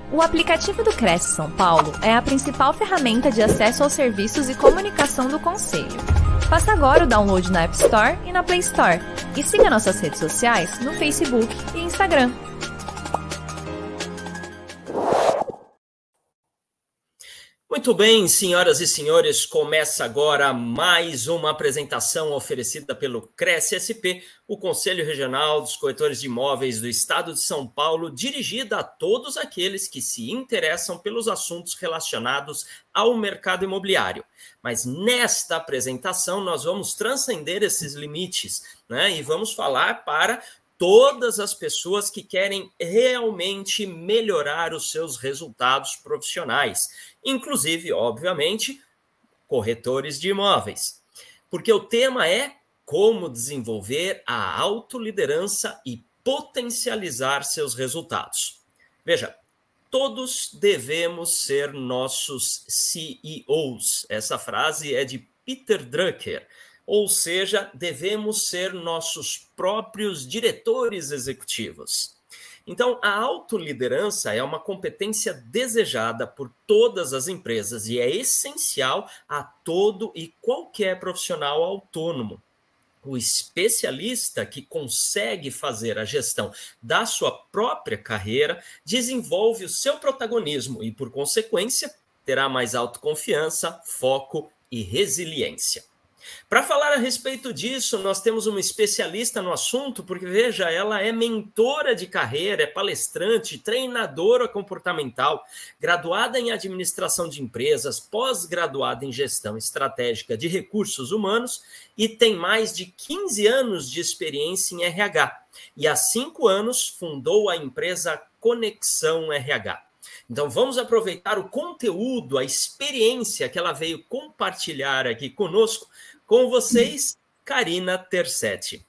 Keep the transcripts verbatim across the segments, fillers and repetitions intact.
O aplicativo do Cresce São Paulo é a principal ferramenta de acesso aos serviços e comunicação do Conselho. Faça agora o download na App Store e na Play Store. E siga nossas redes sociais no Facebook e Instagram. Muito bem, senhoras e senhores, começa agora mais uma apresentação oferecida pelo Cresce S P, o Conselho Regional dos Corretores de Imóveis do Estado de São Paulo, dirigida a todos aqueles que se interessam pelos assuntos relacionados ao mercado imobiliário. Mas nesta apresentação nós vamos transcender esses limites, né? E vamos falar para todas as pessoas que querem realmente melhorar os seus resultados profissionais, inclusive, obviamente, corretores de imóveis. Porque o tema é como desenvolver a autoliderança e potencializar seus resultados. Veja, todos devemos ser nossos C E Os. Essa frase é de Peter Drucker. Ou seja, devemos ser nossos próprios diretores executivos. Então, a autoliderança é uma competência desejada por todas as empresas e é essencial a todo e qualquer profissional autônomo. O especialista que consegue fazer a gestão da sua própria carreira desenvolve o seu protagonismo e, por consequência, terá mais autoconfiança, foco e resiliência. Para falar a respeito disso, nós temos uma especialista no assunto, porque, veja, ela é mentora de carreira, é palestrante, treinadora comportamental, graduada em administração de empresas, pós-graduada em gestão estratégica de recursos humanos e tem mais de quinze anos de experiência em R H. E há cinco anos fundou a empresa Conexão R H. Então, vamos aproveitar o conteúdo, a experiência que ela veio compartilhar aqui conosco. Com vocês, Karina Tercetti.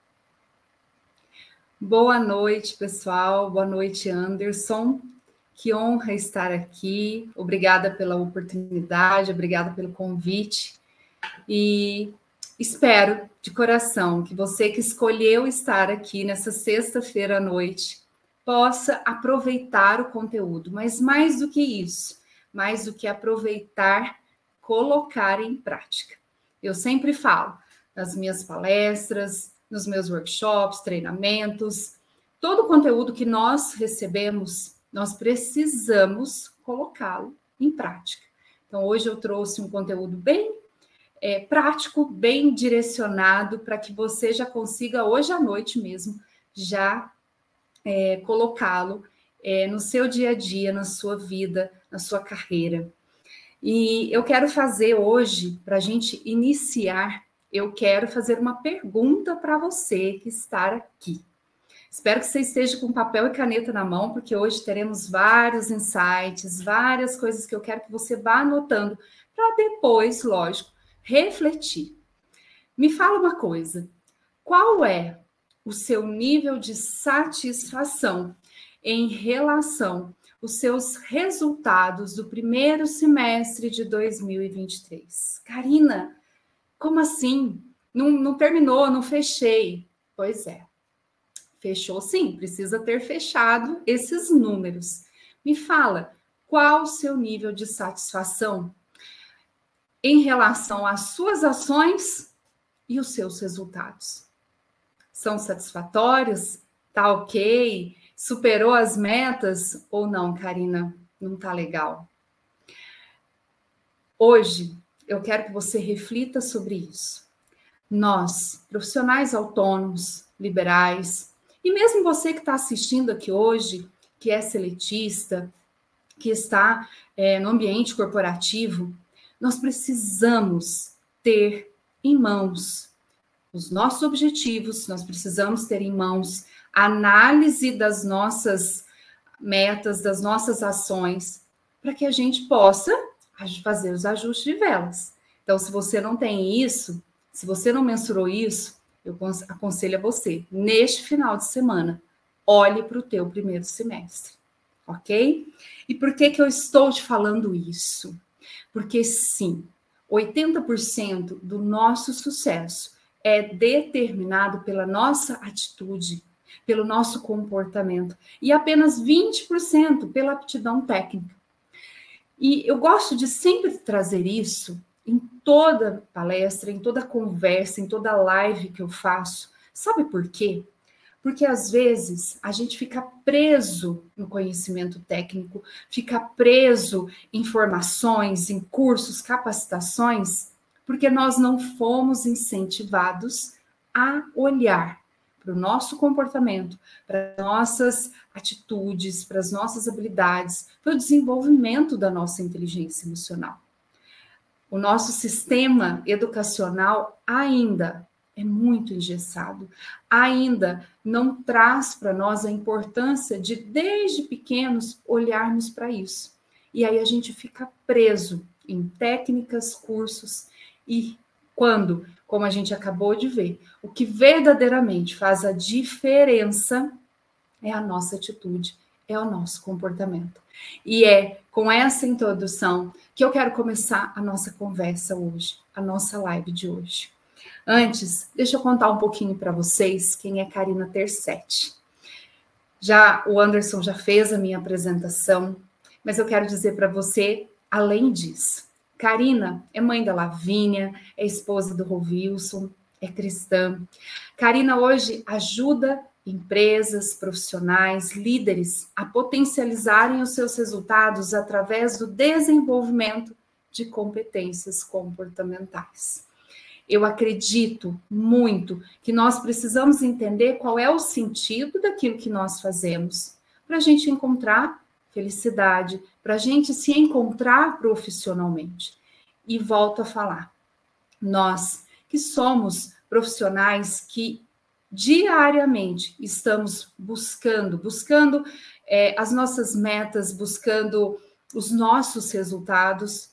Boa noite, pessoal. Boa noite, Anderson. Que honra estar aqui. Obrigada pela oportunidade, obrigada pelo convite. E espero, de coração, que você que escolheu estar aqui nessa sexta-feira à noite possa aproveitar o conteúdo, mas mais do que isso, mais do que aproveitar, colocar em prática. Eu sempre falo nas minhas palestras, nos meus workshops, treinamentos, todo o conteúdo que nós recebemos, nós precisamos colocá-lo em prática. Então, hoje eu trouxe um conteúdo bem é, prático, bem direcionado, para que você já consiga, hoje à noite mesmo, já É, colocá-lo é, no seu dia a dia, na sua vida, na sua carreira. E eu quero fazer hoje, para a gente iniciar, eu quero fazer uma pergunta para você que está aqui. Espero que você esteja com papel e caneta na mão, porque hoje teremos vários insights, várias coisas que eu quero que você vá anotando, para depois, lógico, refletir. Me fala uma coisa, qual é o seu nível de satisfação em relação aos seus resultados do primeiro semestre de dois mil e vinte e três? Karina, como assim? Não, não terminou, não fechei. Pois é, fechou sim, precisa ter fechado esses números. Me fala, qual o seu nível de satisfação em relação às suas ações e os seus resultados? São satisfatórios? Tá ok? Superou as metas ou não, Karina? Não tá legal. Hoje, eu quero que você reflita sobre isso. Nós, profissionais autônomos, liberais, e mesmo você que está assistindo aqui hoje, que é seletista, que está é, no ambiente corporativo, nós precisamos ter em mãos os nossos objetivos, nós precisamos ter em mãos a análise das nossas metas, das nossas ações, para que a gente possa fazer os ajustes de velas. Então, se você não tem isso, se você não mensurou isso, eu aconselho a você, neste final de semana, olhe para o teu primeiro semestre, ok? E por que que eu estou te falando isso? Porque, sim, oitenta por cento do nosso sucesso é determinado pela nossa atitude, pelo nosso comportamento, e apenas vinte por cento pela aptidão técnica. E eu gosto de sempre trazer isso em toda palestra, em toda conversa, em toda live que eu faço. Sabe por quê? Porque às vezes a gente fica preso no conhecimento técnico, fica preso em formações, em cursos, capacitações, porque nós não fomos incentivados a olhar para o nosso comportamento, para as nossas atitudes, para as nossas habilidades, para o desenvolvimento da nossa inteligência emocional. O nosso sistema educacional ainda é muito engessado, ainda não traz para nós a importância de, desde pequenos, olharmos para isso. E aí a gente fica preso em técnicas, cursos, e quando, como a gente acabou de ver, o que verdadeiramente faz a diferença é a nossa atitude, é o nosso comportamento. E é com essa introdução que eu quero começar a nossa conversa hoje, a nossa live de hoje. Antes, deixa eu contar um pouquinho para vocês quem é Karina Tercetti. Já o Anderson já fez a minha apresentação, mas eu quero dizer para você, além disso, Karina é mãe da Lavínia, é esposa do Rô Wilson, é cristã. Karina hoje ajuda empresas, profissionais, líderes a potencializarem os seus resultados através do desenvolvimento de competências comportamentais. Eu acredito muito que nós precisamos entender qual é o sentido daquilo que nós fazemos, para a gente encontrar felicidade, para a gente se encontrar profissionalmente. E volto a falar, nós que somos profissionais que diariamente estamos buscando, buscando é, as nossas metas, buscando os nossos resultados,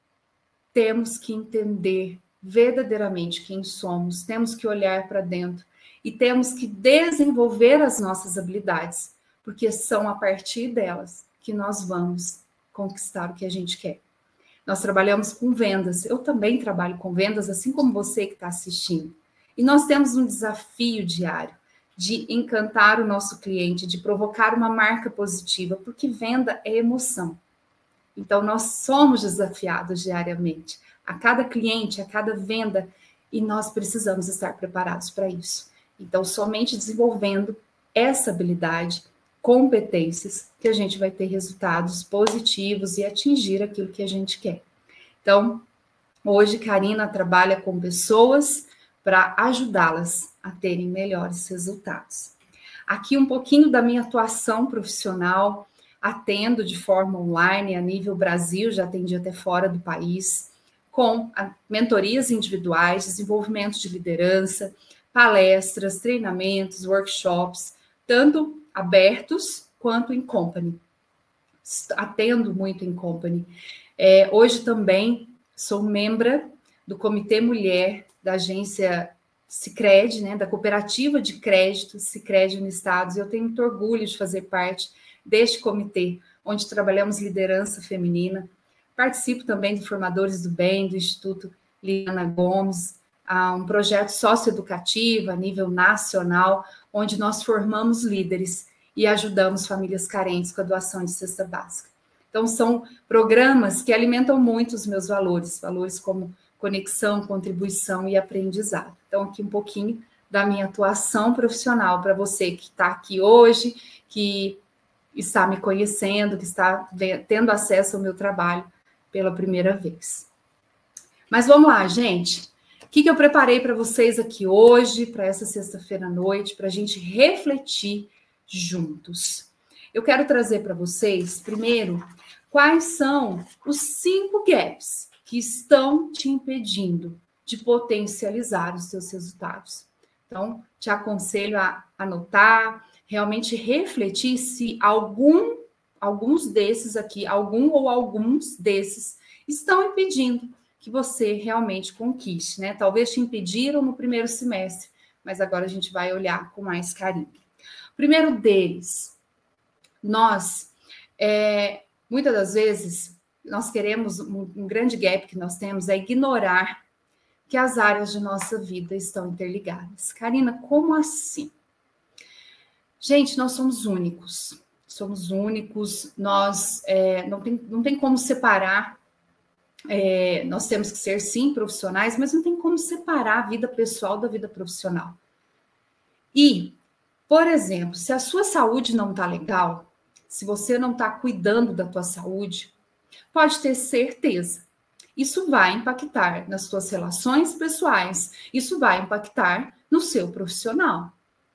temos que entender verdadeiramente quem somos, temos que olhar para dentro e temos que desenvolver as nossas habilidades, porque são a partir delas que nós vamos conquistar o que a gente quer. Nós trabalhamos com vendas, eu também trabalho com vendas, assim como você que está assistindo. E nós temos um desafio diário de encantar o nosso cliente, de provocar uma marca positiva, porque venda é emoção. Então, nós somos desafiados diariamente, a cada cliente, a cada venda, e nós precisamos estar preparados para isso. Então, somente desenvolvendo essa habilidade, competências, que a gente vai ter resultados positivos e atingir aquilo que a gente quer. Então, hoje, Karina trabalha com pessoas para ajudá-las a terem melhores resultados. Aqui um pouquinho da minha atuação profissional, atendo de forma online a nível Brasil, já atendi até fora do país, com mentorias individuais, desenvolvimento de liderança, palestras, treinamentos, workshops, tanto abertos quanto em company. Atendo muito em company. É, hoje também sou membra do Comitê Mulher da agência Sicredi, né, da cooperativa de crédito Sicredi Unistados. Eu tenho muito orgulho de fazer parte deste comitê, onde trabalhamos liderança feminina. Participo também de Formadores do Bem, do Instituto Liliana Gomes, a um projeto socioeducativo a nível nacional, onde nós formamos líderes e ajudamos famílias carentes com a doação de cesta básica. Então, são programas que alimentam muito os meus valores, valores como conexão, contribuição e aprendizado. Então, aqui um pouquinho da minha atuação profissional para você que está aqui hoje, que está me conhecendo, que está tendo acesso ao meu trabalho pela primeira vez. Mas vamos lá, gente. O que, que eu preparei para vocês aqui hoje, para essa sexta-feira à noite, para a gente refletir juntos? Eu quero trazer para vocês, primeiro, quais são os cinco gaps que estão te impedindo de potencializar os seus resultados. Então, te aconselho a anotar, realmente refletir se algum, alguns desses aqui, algum ou alguns desses, estão impedindo que você realmente conquiste, né? Talvez te impediram no primeiro semestre, mas agora a gente vai olhar com mais carinho. O primeiro deles, nós, é, muitas das vezes, nós queremos, um, um grande gap que nós temos é ignorar que as áreas de nossa vida estão interligadas. Karina, como assim? Gente, nós somos únicos. Somos únicos, nós é, não, tem, não tem como separar. É, nós temos que ser, sim, profissionais, mas não tem como separar a vida pessoal da vida profissional. E, por exemplo, se a sua saúde não está legal, se você não está cuidando da tua saúde, pode ter certeza, isso vai impactar nas suas relações pessoais, isso vai impactar no seu profissional.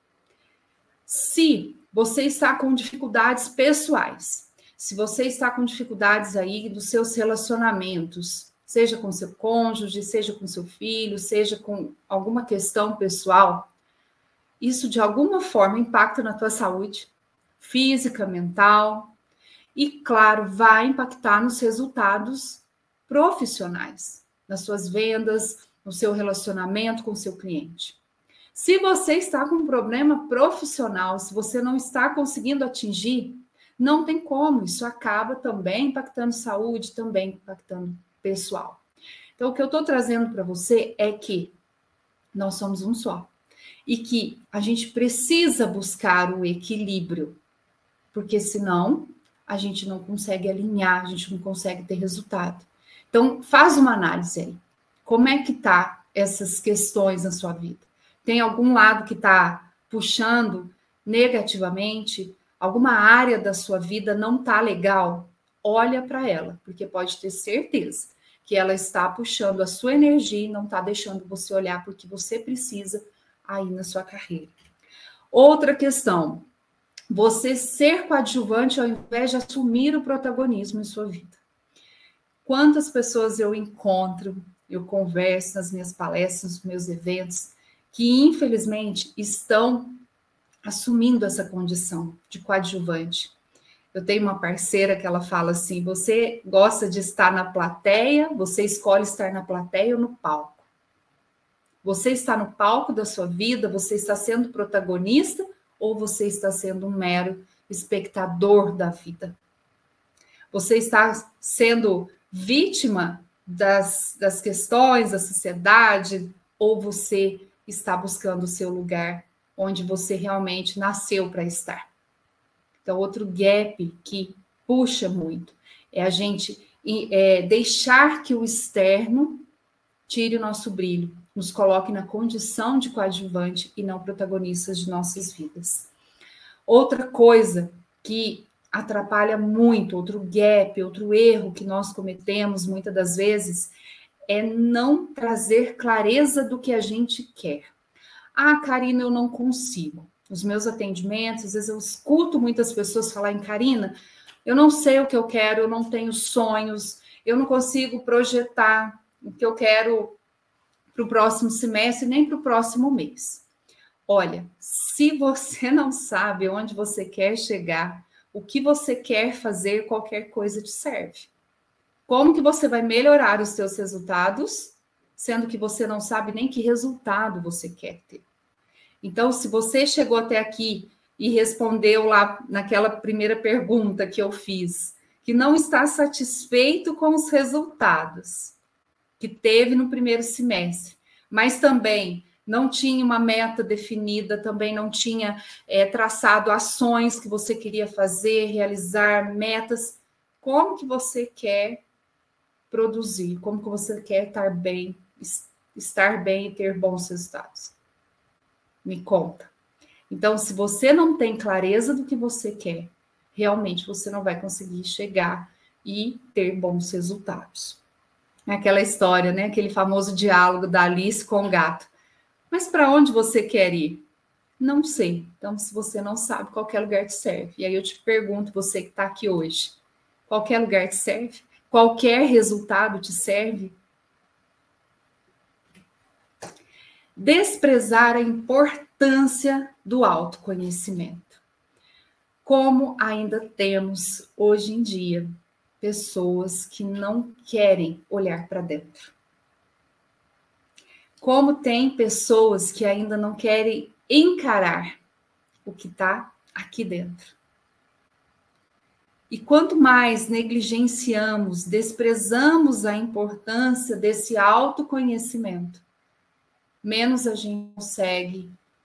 Se você está com dificuldades pessoais, se você está com dificuldades aí dos seus relacionamentos, seja com seu cônjuge, seja com seu filho, seja com alguma questão pessoal, isso de alguma forma impacta na tua saúde física, mental e, claro, vai impactar nos resultados profissionais, nas suas vendas, no seu relacionamento com o seu cliente. Se você está com um problema profissional, se você não está conseguindo atingir, não tem como, isso acaba também impactando saúde, também impactando pessoal. Então, o que eu estou trazendo para você é que nós somos um só e que a gente precisa buscar o equilíbrio, porque senão a gente não consegue alinhar, a gente não consegue ter resultado. Então, faz uma análise aí. Como é que tá essas questões na sua vida? Tem algum lado que está puxando negativamente? Alguma área da sua vida não está legal? Olha para ela, porque pode ter certeza que ela está puxando a sua energia e não está deixando você olhar porque você precisa aí na sua carreira. Outra questão, você ser coadjuvante ao invés de assumir o protagonismo em sua vida. Quantas pessoas eu encontro, eu converso nas minhas palestras, nos meus eventos, que infelizmente estão assumindo essa condição de coadjuvante. Eu tenho uma parceira que ela fala assim, você gosta de estar na plateia, você escolhe estar na plateia ou no palco? Você está no palco da sua vida, você está sendo protagonista ou você está sendo um mero espectador da vida? Você está sendo vítima das, das questões da sociedade ou você está buscando o seu lugar onde você realmente nasceu para estar? Então, outro gap que puxa muito é a gente é, deixar que o externo tire o nosso brilho, nos coloque na condição de coadjuvante e não protagonistas de nossas vidas. Outra coisa que atrapalha muito, outro gap, outro erro que nós cometemos muitas das vezes, é não trazer clareza do que a gente quer. Ah, Karina, eu não consigo. Nos meus atendimentos, às vezes eu escuto muitas pessoas falarem, Karina, eu não sei o que eu quero, eu não tenho sonhos, eu não consigo projetar o que eu quero para o próximo semestre, nem para o próximo mês. Olha, se você não sabe onde você quer chegar, o que você quer fazer, qualquer coisa te serve. Como que você vai melhorar os seus resultados, sendo que você não sabe nem que resultado você quer ter? Então, se você chegou até aqui e respondeu lá naquela primeira pergunta que eu fiz, que não está satisfeito com os resultados que teve no primeiro semestre, mas também não tinha uma meta definida, também não tinha é, traçado ações que você queria fazer, realizar metas, como que você quer produzir, como que você quer estar bem, estar bem e ter bons resultados? Me conta. Então, se você não tem clareza do que você quer, realmente você não vai conseguir chegar e ter bons resultados. É aquela história, né? Aquele famoso diálogo da Alice com o gato. Mas para onde você quer ir? Não sei. Então, se você não sabe, qualquer lugar te serve. E aí eu te pergunto, você que está aqui hoje, qualquer lugar te serve? Qualquer resultado te serve? Desprezar a importância do autoconhecimento. Como ainda temos hoje em dia pessoas que não querem olhar para dentro. Como tem pessoas que ainda não querem encarar o que está aqui dentro. E quanto mais negligenciamos, desprezamos a importância desse autoconhecimento, menos a gente consegue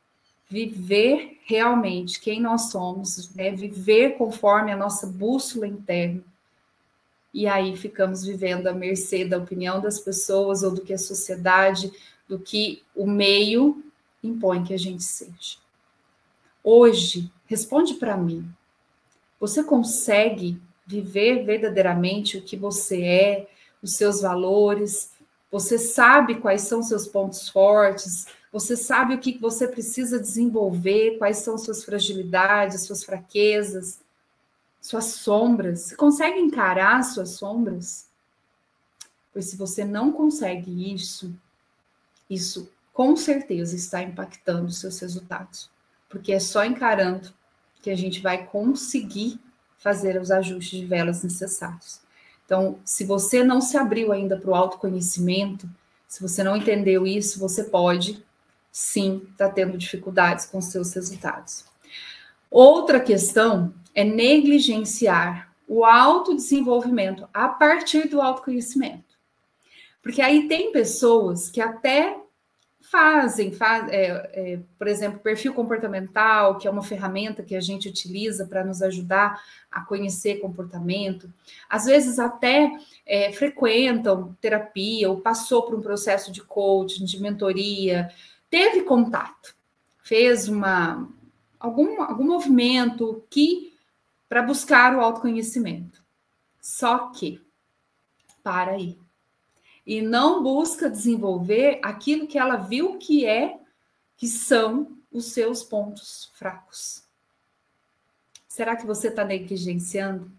viver realmente quem nós somos, né? Viver conforme a nossa bússola interna. E aí ficamos vivendo à mercê da opinião das pessoas ou do que a sociedade, do que o meio impõe que a gente seja. Hoje, responde para mim. Você consegue viver verdadeiramente o que você é, os seus valores? Você sabe quais são seus pontos fortes? Você sabe o que você precisa desenvolver? Quais são suas fragilidades, suas fraquezas, suas sombras? Você consegue encarar suas sombras? Pois se você não consegue isso, isso com certeza está impactando os seus resultados. Porque é só encarando que a gente vai conseguir fazer os ajustes de velas necessários. Então, se você não se abriu ainda para o autoconhecimento, se você não entendeu isso, você pode, sim, estar tendo dificuldades com os seus resultados. Outra questão é negligenciar o autodesenvolvimento a partir do autoconhecimento. Porque aí tem pessoas que até fazem, faz, é, é, por exemplo, perfil comportamental, que é uma ferramenta que a gente utiliza para nos ajudar a conhecer comportamento, às vezes até é, frequentam terapia ou passou por um processo de coaching, de mentoria, teve contato, fez uma, algum, algum movimento que para buscar o autoconhecimento. Só que, para aí. E não busca desenvolver aquilo que ela viu que é, que são os seus pontos fracos. Será que você está negligenciando?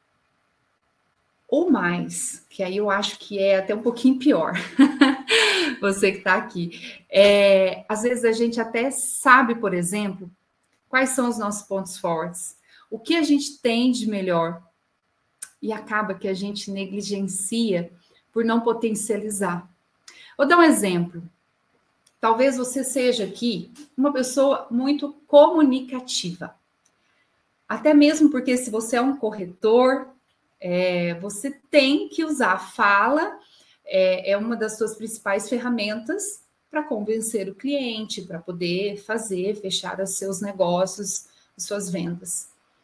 Ou mais, que aí eu acho que é até um pouquinho pior, você que está aqui. É, às vezes a gente até sabe, por exemplo, quais são os nossos pontos fortes, o que a gente tem de melhor, e acaba que a gente negligencia por não potencializar. Vou dar um exemplo. Talvez você seja aqui uma pessoa muito comunicativa. Até mesmo porque se você é um corretor, é, você tem que usar a fala, é, é uma das suas principais ferramentas para convencer o cliente, para poder fazer, fechar os seus negócios, as suas vendas.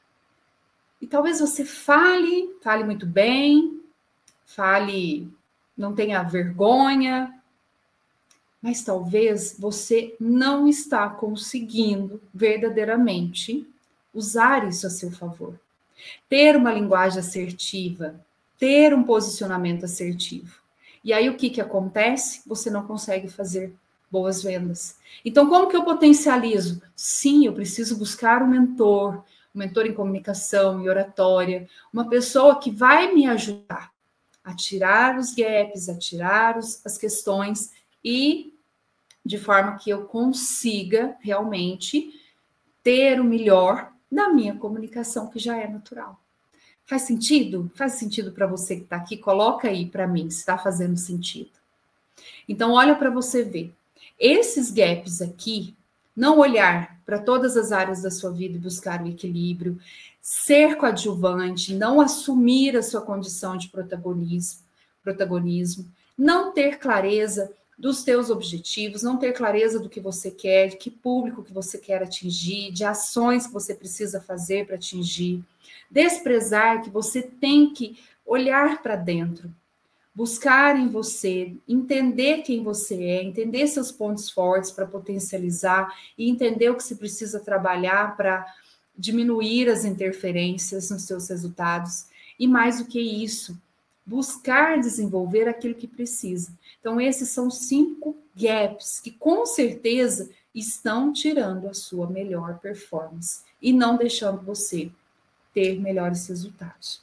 E talvez você fale, fale muito bem, fale, não tenha vergonha, mas talvez você não está conseguindo verdadeiramente usar isso a seu favor. Ter uma linguagem assertiva, ter um posicionamento assertivo. E aí o que, que acontece? Você não consegue fazer boas vendas. Então, como que eu potencializo? Sim, eu preciso buscar um mentor, um mentor em comunicação e oratória, uma pessoa que vai me ajudar a tirar os gaps, a tirar os, as questões e de forma que eu consiga realmente ter o melhor da minha comunicação, que já é natural. Faz sentido? Faz sentido para você que está aqui? Coloca aí para mim se está fazendo sentido. Então, olha para você ver. Esses gaps aqui, não olhar para todas as áreas da sua vida e buscar o equilíbrio, ser coadjuvante, não assumir a sua condição de protagonismo, protagonismo, não ter clareza dos teus objetivos, não ter clareza do que você quer, de que público que você quer atingir, de ações que você precisa fazer para atingir, desprezar que você tem que olhar para dentro, buscar em você, entender quem você é, entender seus pontos fortes para potencializar e entender o que você precisa trabalhar para diminuir as interferências nos seus resultados. E mais do que isso, buscar desenvolver aquilo que precisa. Então, esses são cinco gaps que, com certeza, estão tirando a sua melhor performance e não deixando você ter melhores resultados.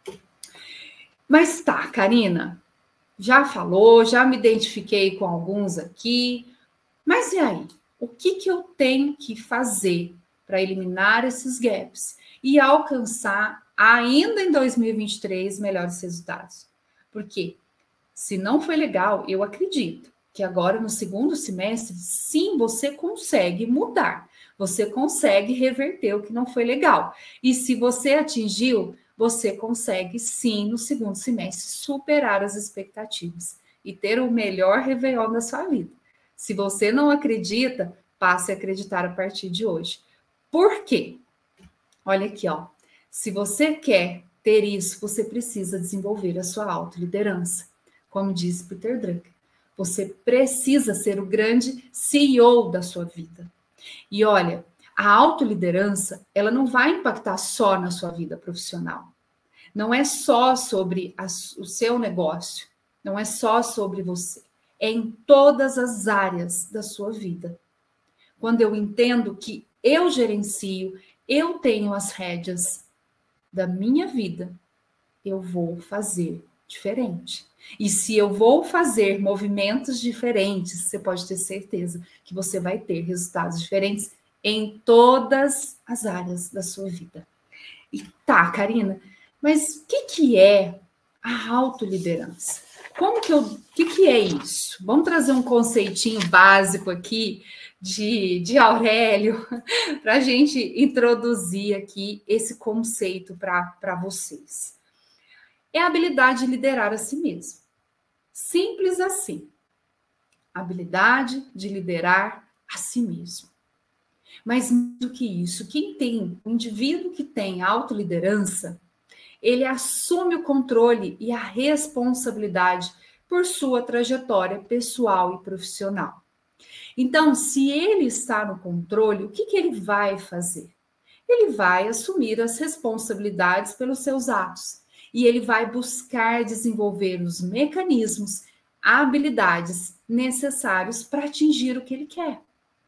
Mas tá, Karina, já falou, já me identifiquei com alguns aqui, mas e aí? O que, que eu tenho que fazer para eliminar esses gaps e alcançar, ainda em dois mil e vinte e três, melhores resultados? Porque se não foi legal, eu acredito que agora no segundo semestre, sim, você consegue mudar, você consegue reverter o que não foi legal. E se você atingiu, você consegue sim, no segundo semestre, superar as expectativas e ter o melhor Réveillon da sua vida. Se você não acredita, passe a acreditar a partir de hoje. Por quê? Olha aqui, ó. Se você quer ter isso, você precisa desenvolver a sua autoliderança. Como diz Peter Drucker, você precisa ser o grande C E O da sua vida. E olha, a autoliderança, ela não vai impactar só na sua vida profissional. Não é só sobre a, o seu negócio, não é só sobre você. É em todas as áreas da sua vida. Quando eu entendo que eu gerencio, eu tenho as rédeas da minha vida, eu vou fazer diferente. E se eu vou fazer movimentos diferentes, você pode ter certeza que você vai ter resultados diferentes em todas as áreas da sua vida. E tá, Karina, mas o que, que é a autoliderança? Como que eu, o que, que é isso? Vamos trazer um conceitinho básico aqui de, de Aurélio para a gente introduzir aqui esse conceito para vocês. É a habilidade de liderar a si mesmo. Simples assim. A habilidade de liderar a si mesmo. Mas mais do que isso, quem tem, o indivíduo que tem autoliderança, ele assume o controle e a responsabilidade por sua trajetória pessoal e profissional. Então, se ele está no controle, o que, que ele vai fazer? Ele vai assumir as responsabilidades pelos seus atos e ele vai buscar desenvolver os mecanismos, habilidades necessários para atingir o que ele quer.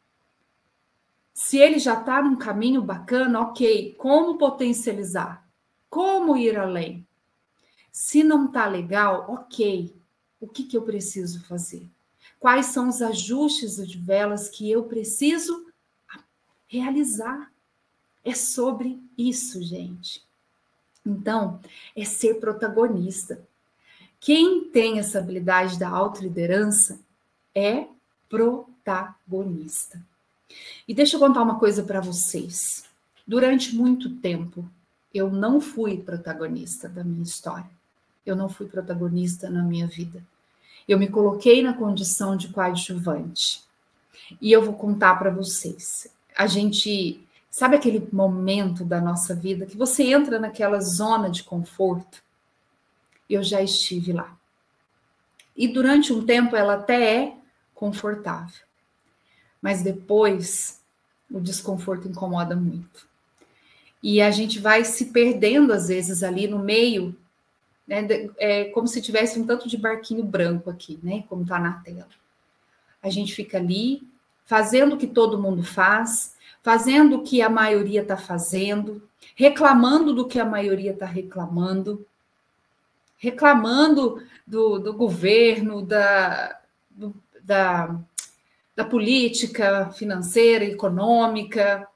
Se ele já está num caminho bacana, ok, como potencializar? Como ir além? Se não está legal, ok, o que, que eu preciso fazer? Quais são os ajustes de velas que eu preciso realizar? É sobre isso, gente. Então, é ser protagonista. Quem tem essa habilidade da autoliderança é protagonista. E deixa eu contar uma coisa para vocês. Durante muito tempo, eu não fui protagonista da minha história. Eu não fui protagonista na minha vida. Eu me coloquei na condição de coadjuvante. E eu vou contar para vocês. A gente, sabe aquele momento da nossa vida que você entra naquela zona de conforto? Eu já estive lá. E durante um tempo ela até é confortável. Mas depois o desconforto incomoda muito. E a gente vai se perdendo às vezes ali no meio, né? É como se tivesse um tanto de barquinho branco aqui, né? Como está na tela. A gente fica ali, fazendo o que todo mundo faz, fazendo o que a maioria está fazendo, reclamando do que a maioria está reclamando, reclamando do, do governo, da, do, da, da política financeira, econômica,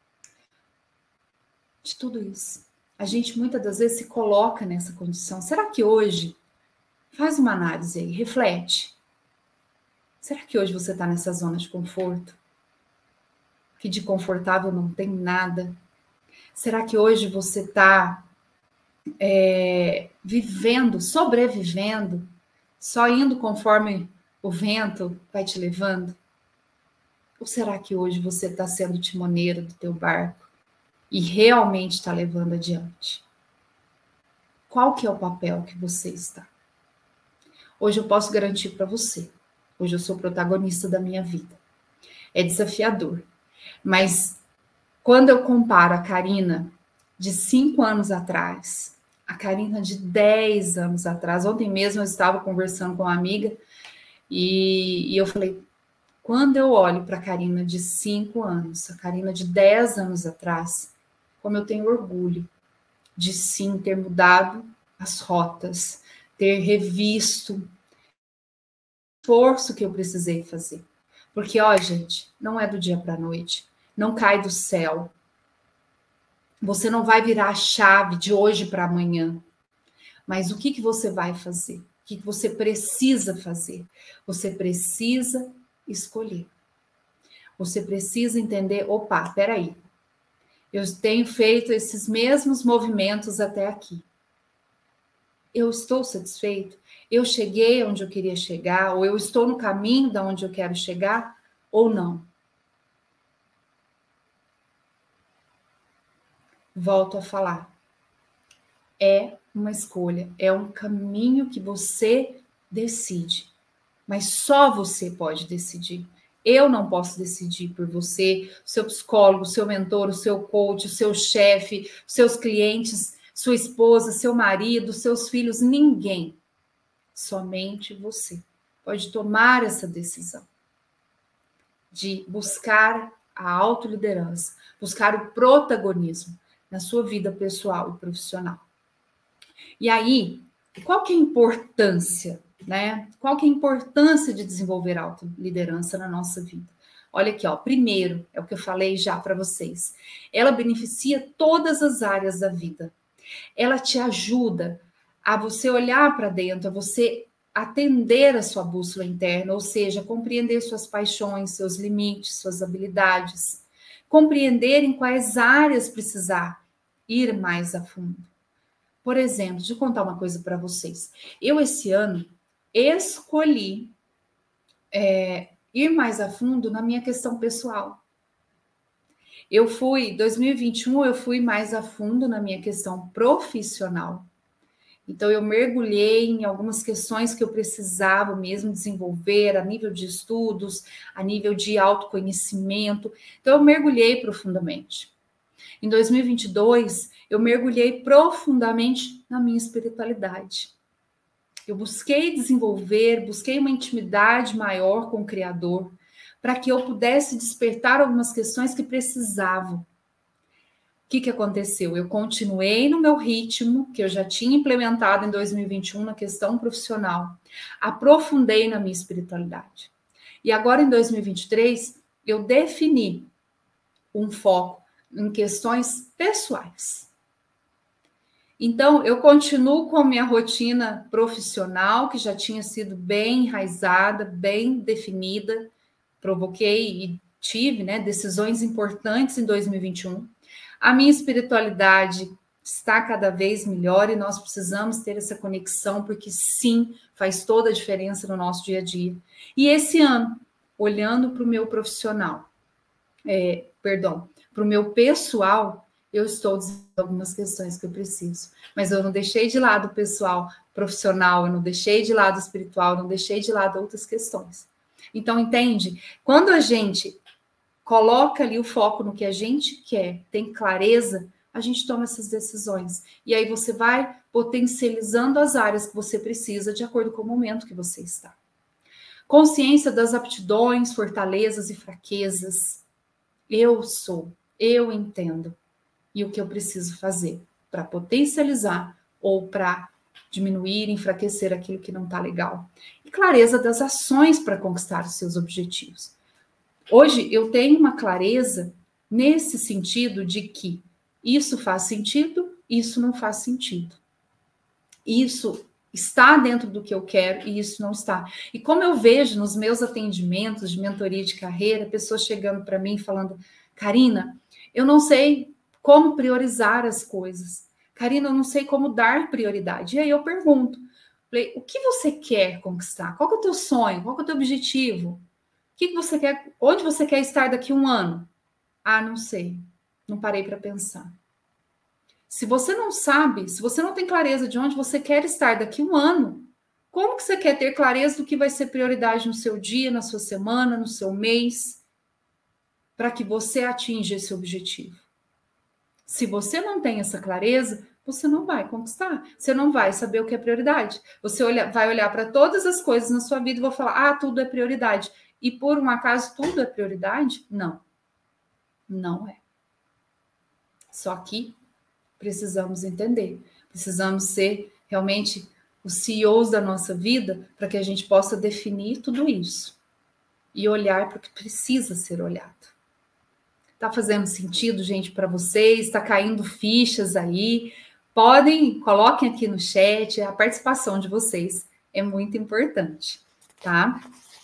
de tudo isso. A gente muitas das vezes se coloca nessa condição. Será que hoje, faz uma análise aí, reflete. Será que hoje você está nessa zona de conforto? Que de confortável não tem nada? Será que hoje você está é, vivendo, sobrevivendo, só indo conforme o vento vai te levando? Ou será que hoje você está sendo timoneiro do teu barco e realmente está levando adiante? Qual que é o papel que você está? Hoje eu posso garantir para você. Hoje eu sou protagonista da minha vida. É desafiador. Mas quando eu comparo a Karina de cinco anos atrás, a Karina de dez anos atrás, ontem mesmo eu estava conversando com uma amiga e, e eu falei, quando eu olho para a Karina de cinco anos, a Karina de dez anos atrás, como eu tenho orgulho de sim ter mudado as rotas, ter revisto esforço que eu precisei fazer. Porque, ó, gente, não é do dia para a noite, não cai do céu. Você não vai virar a chave de hoje para amanhã. Mas o que, que você vai fazer? O que, que você precisa fazer? Você precisa escolher. Você precisa entender, opa, peraí, eu tenho feito esses mesmos movimentos até aqui. Eu estou satisfeito? Eu cheguei onde eu queria chegar? Ou eu estou no caminho de onde eu quero chegar? Ou não? volto a falar, é uma escolha, é um caminho que você decide, mas só você pode decidir. Eu não posso decidir por você, o seu psicólogo, o seu mentor, o seu coach, o seu chefe, seus clientes, sua esposa, seu marido, seus filhos, ninguém. Somente você pode tomar essa decisão de buscar a autoliderança, buscar o protagonismo na sua vida pessoal e profissional. E aí, qual que é a importância, né? Qual que é a importância de desenvolver a autoliderança na nossa vida? Olha aqui, ó, primeiro, é o que eu falei já para vocês, ela beneficia todas as áreas da vida. Ela te ajuda a você olhar para dentro, a você atender a sua bússola interna, ou seja, compreender suas paixões, seus limites, suas habilidades, compreender em quais áreas precisar ir mais a fundo. Por exemplo, deixa eu contar uma coisa para vocês. Eu, esse ano, escolhi é, ir mais a fundo na minha questão pessoal. Eu fui, em dois mil e vinte e um, eu fui mais a fundo na minha questão profissional. Então, eu mergulhei em algumas questões que eu precisava mesmo desenvolver a nível de estudos, a nível de autoconhecimento. Então, eu mergulhei profundamente. Em dois mil e vinte e dois, eu mergulhei profundamente na minha espiritualidade. Eu busquei desenvolver, busquei uma intimidade maior com o Criador, para que eu pudesse despertar algumas questões que precisavam. O que, que aconteceu? Eu continuei no meu ritmo, que eu já tinha implementado em dois mil e vinte e um na questão profissional. Aprofundei na minha espiritualidade. E agora, em dois mil e vinte e três, eu defini um foco em questões pessoais. Então, eu continuo com a minha rotina profissional, que já tinha sido bem enraizada, bem definida. Provoquei e tive, né, decisões importantes em dois mil e vinte e um. A minha espiritualidade está cada vez melhor e nós precisamos ter essa conexão, porque sim, faz toda a diferença no nosso dia a dia. E esse ano, olhando para o meu profissional, é, perdão, para o meu pessoal, eu estou desenvolvendo algumas questões que eu preciso. Mas eu não deixei de lado o pessoal profissional, eu não deixei de lado o espiritual, eu não deixei de lado outras questões. Então, entende? Quando a gente coloca ali o foco no que a gente quer, tem clareza, a gente toma essas decisões. E aí você vai potencializando as áreas que você precisa de acordo com o momento que você está. Consciência das aptidões, fortalezas e fraquezas. Eu sou, eu entendo. E o que eu preciso fazer para potencializar ou para diminuir, enfraquecer aquilo que não está legal. E clareza das ações para conquistar os seus objetivos. Hoje eu tenho uma clareza nesse sentido de que isso faz sentido, isso não faz sentido. Isso está dentro do que eu quero e isso não está. E como eu vejo nos meus atendimentos de mentoria de carreira, pessoas chegando para mim falando, Karina, eu não sei como priorizar as coisas. Karina, eu não sei como dar prioridade. E aí eu pergunto, o que você quer conquistar? Qual que é o teu sonho? Qual que é o teu objetivo? O que você quer? Onde você quer estar daqui a um ano? Ah, não sei. Não parei para pensar. Se você não sabe, se você não tem clareza de onde você quer estar daqui a um ano, como que você quer ter clareza do que vai ser prioridade no seu dia, na sua semana, no seu mês, para que você atinja esse objetivo? Se você não tem essa clareza, você não vai conquistar. Você não vai saber o que é prioridade. Você olha, vai olhar para todas as coisas na sua vida e vai falar, ah, tudo é prioridade. E por um acaso tudo é prioridade? Não. Não é. Só que precisamos entender. Precisamos ser realmente os C E Os da nossa vida para que a gente possa definir tudo isso. E olhar para o que precisa ser olhado. Tá fazendo sentido, gente, para vocês? Tá caindo fichas aí? Podem, coloquem aqui no chat, a participação de vocês é muito importante, tá?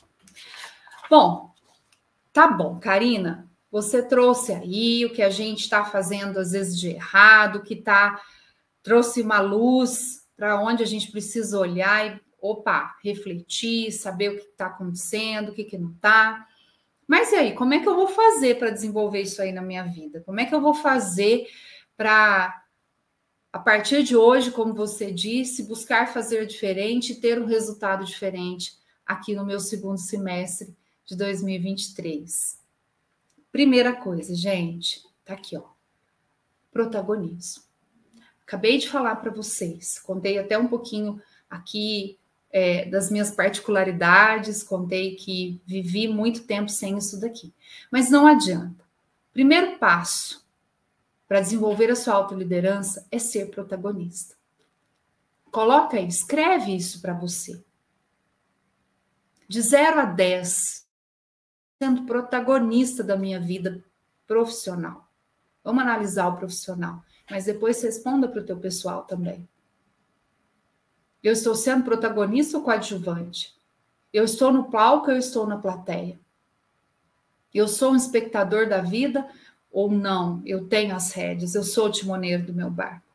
Bom, tá bom, Karina, você trouxe aí o que a gente está fazendo às vezes de errado, que tá, trouxe uma luz para onde a gente precisa olhar e, opa, refletir, saber o que está acontecendo, o que, que não está. Mas e aí, como é que eu vou fazer para desenvolver isso aí na minha vida? Como é que eu vou fazer para, a partir de hoje, como você disse, buscar fazer diferente e ter um resultado diferente aqui no meu segundo semestre de dois mil e vinte e três. Primeira coisa, gente, tá aqui, ó. Protagonismo. Acabei de falar para vocês, contei até um pouquinho aqui é, das minhas particularidades, contei que vivi muito tempo sem isso daqui. Mas não adianta. Primeiro passo para desenvolver a sua autoliderança é ser protagonista. Coloca aí, escreve isso para você. De zero a dez, sendo protagonista da minha vida profissional. Vamos analisar o profissional, mas depois responda para o teu pessoal também. Eu estou sendo protagonista ou coadjuvante? Eu estou no palco ou eu estou na plateia? Eu sou um espectador da vida ou não? Eu tenho as rédeas, eu sou o timoneiro do meu barco.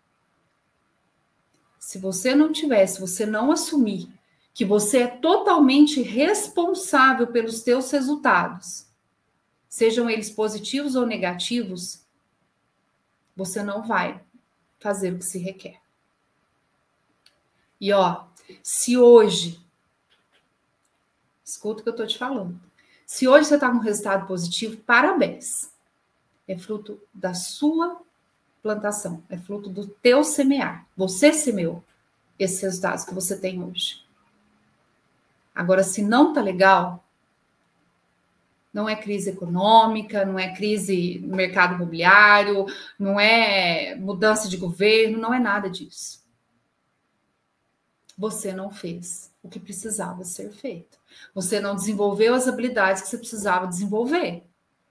Se você não tiver, se você não assumir que você é totalmente responsável pelos teus resultados, sejam eles positivos ou negativos, você não vai fazer o que se requer. E ó, se hoje, escuta o que eu estou te falando, se hoje você está com um resultado positivo, parabéns. É fruto da sua plantação, é fruto do teu semear. Você semeou esses resultados que você tem hoje. Agora, se não tá legal, não é crise econômica, não é crise no mercado imobiliário, não é mudança de governo, não é nada disso. Você não fez o que precisava ser feito. Você não desenvolveu as habilidades que você precisava desenvolver.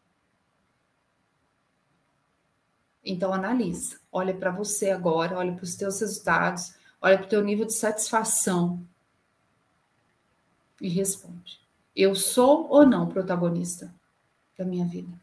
Então, analisa. Olha para você agora, olha para os teus resultados, olha para o teu nível de satisfação e responde. Eu sou ou não protagonista da minha vida?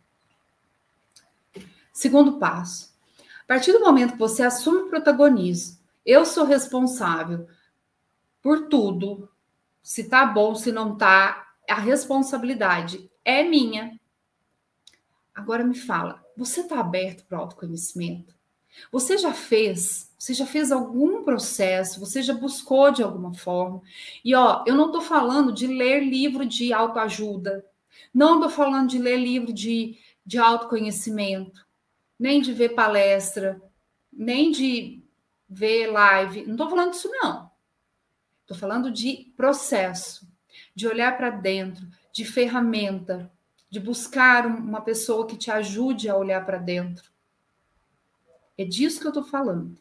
Segundo passo. A partir do momento que você assume o protagonismo, eu sou responsável por tudo. Se tá bom, se não tá, a responsabilidade é minha. Agora me fala, você tá aberto para o autoconhecimento? Você já fez? Você já fez algum processo? Você já buscou de alguma forma? E ó, eu não tô falando de ler livro de autoajuda. Não tô falando de ler livro de, de autoconhecimento. Nem de ver palestra. Nem de ver live. Não tô falando disso, não. Tô falando de processo. De olhar para dentro. De ferramenta. De buscar uma pessoa que te ajude a olhar para dentro. É disso que eu tô falando.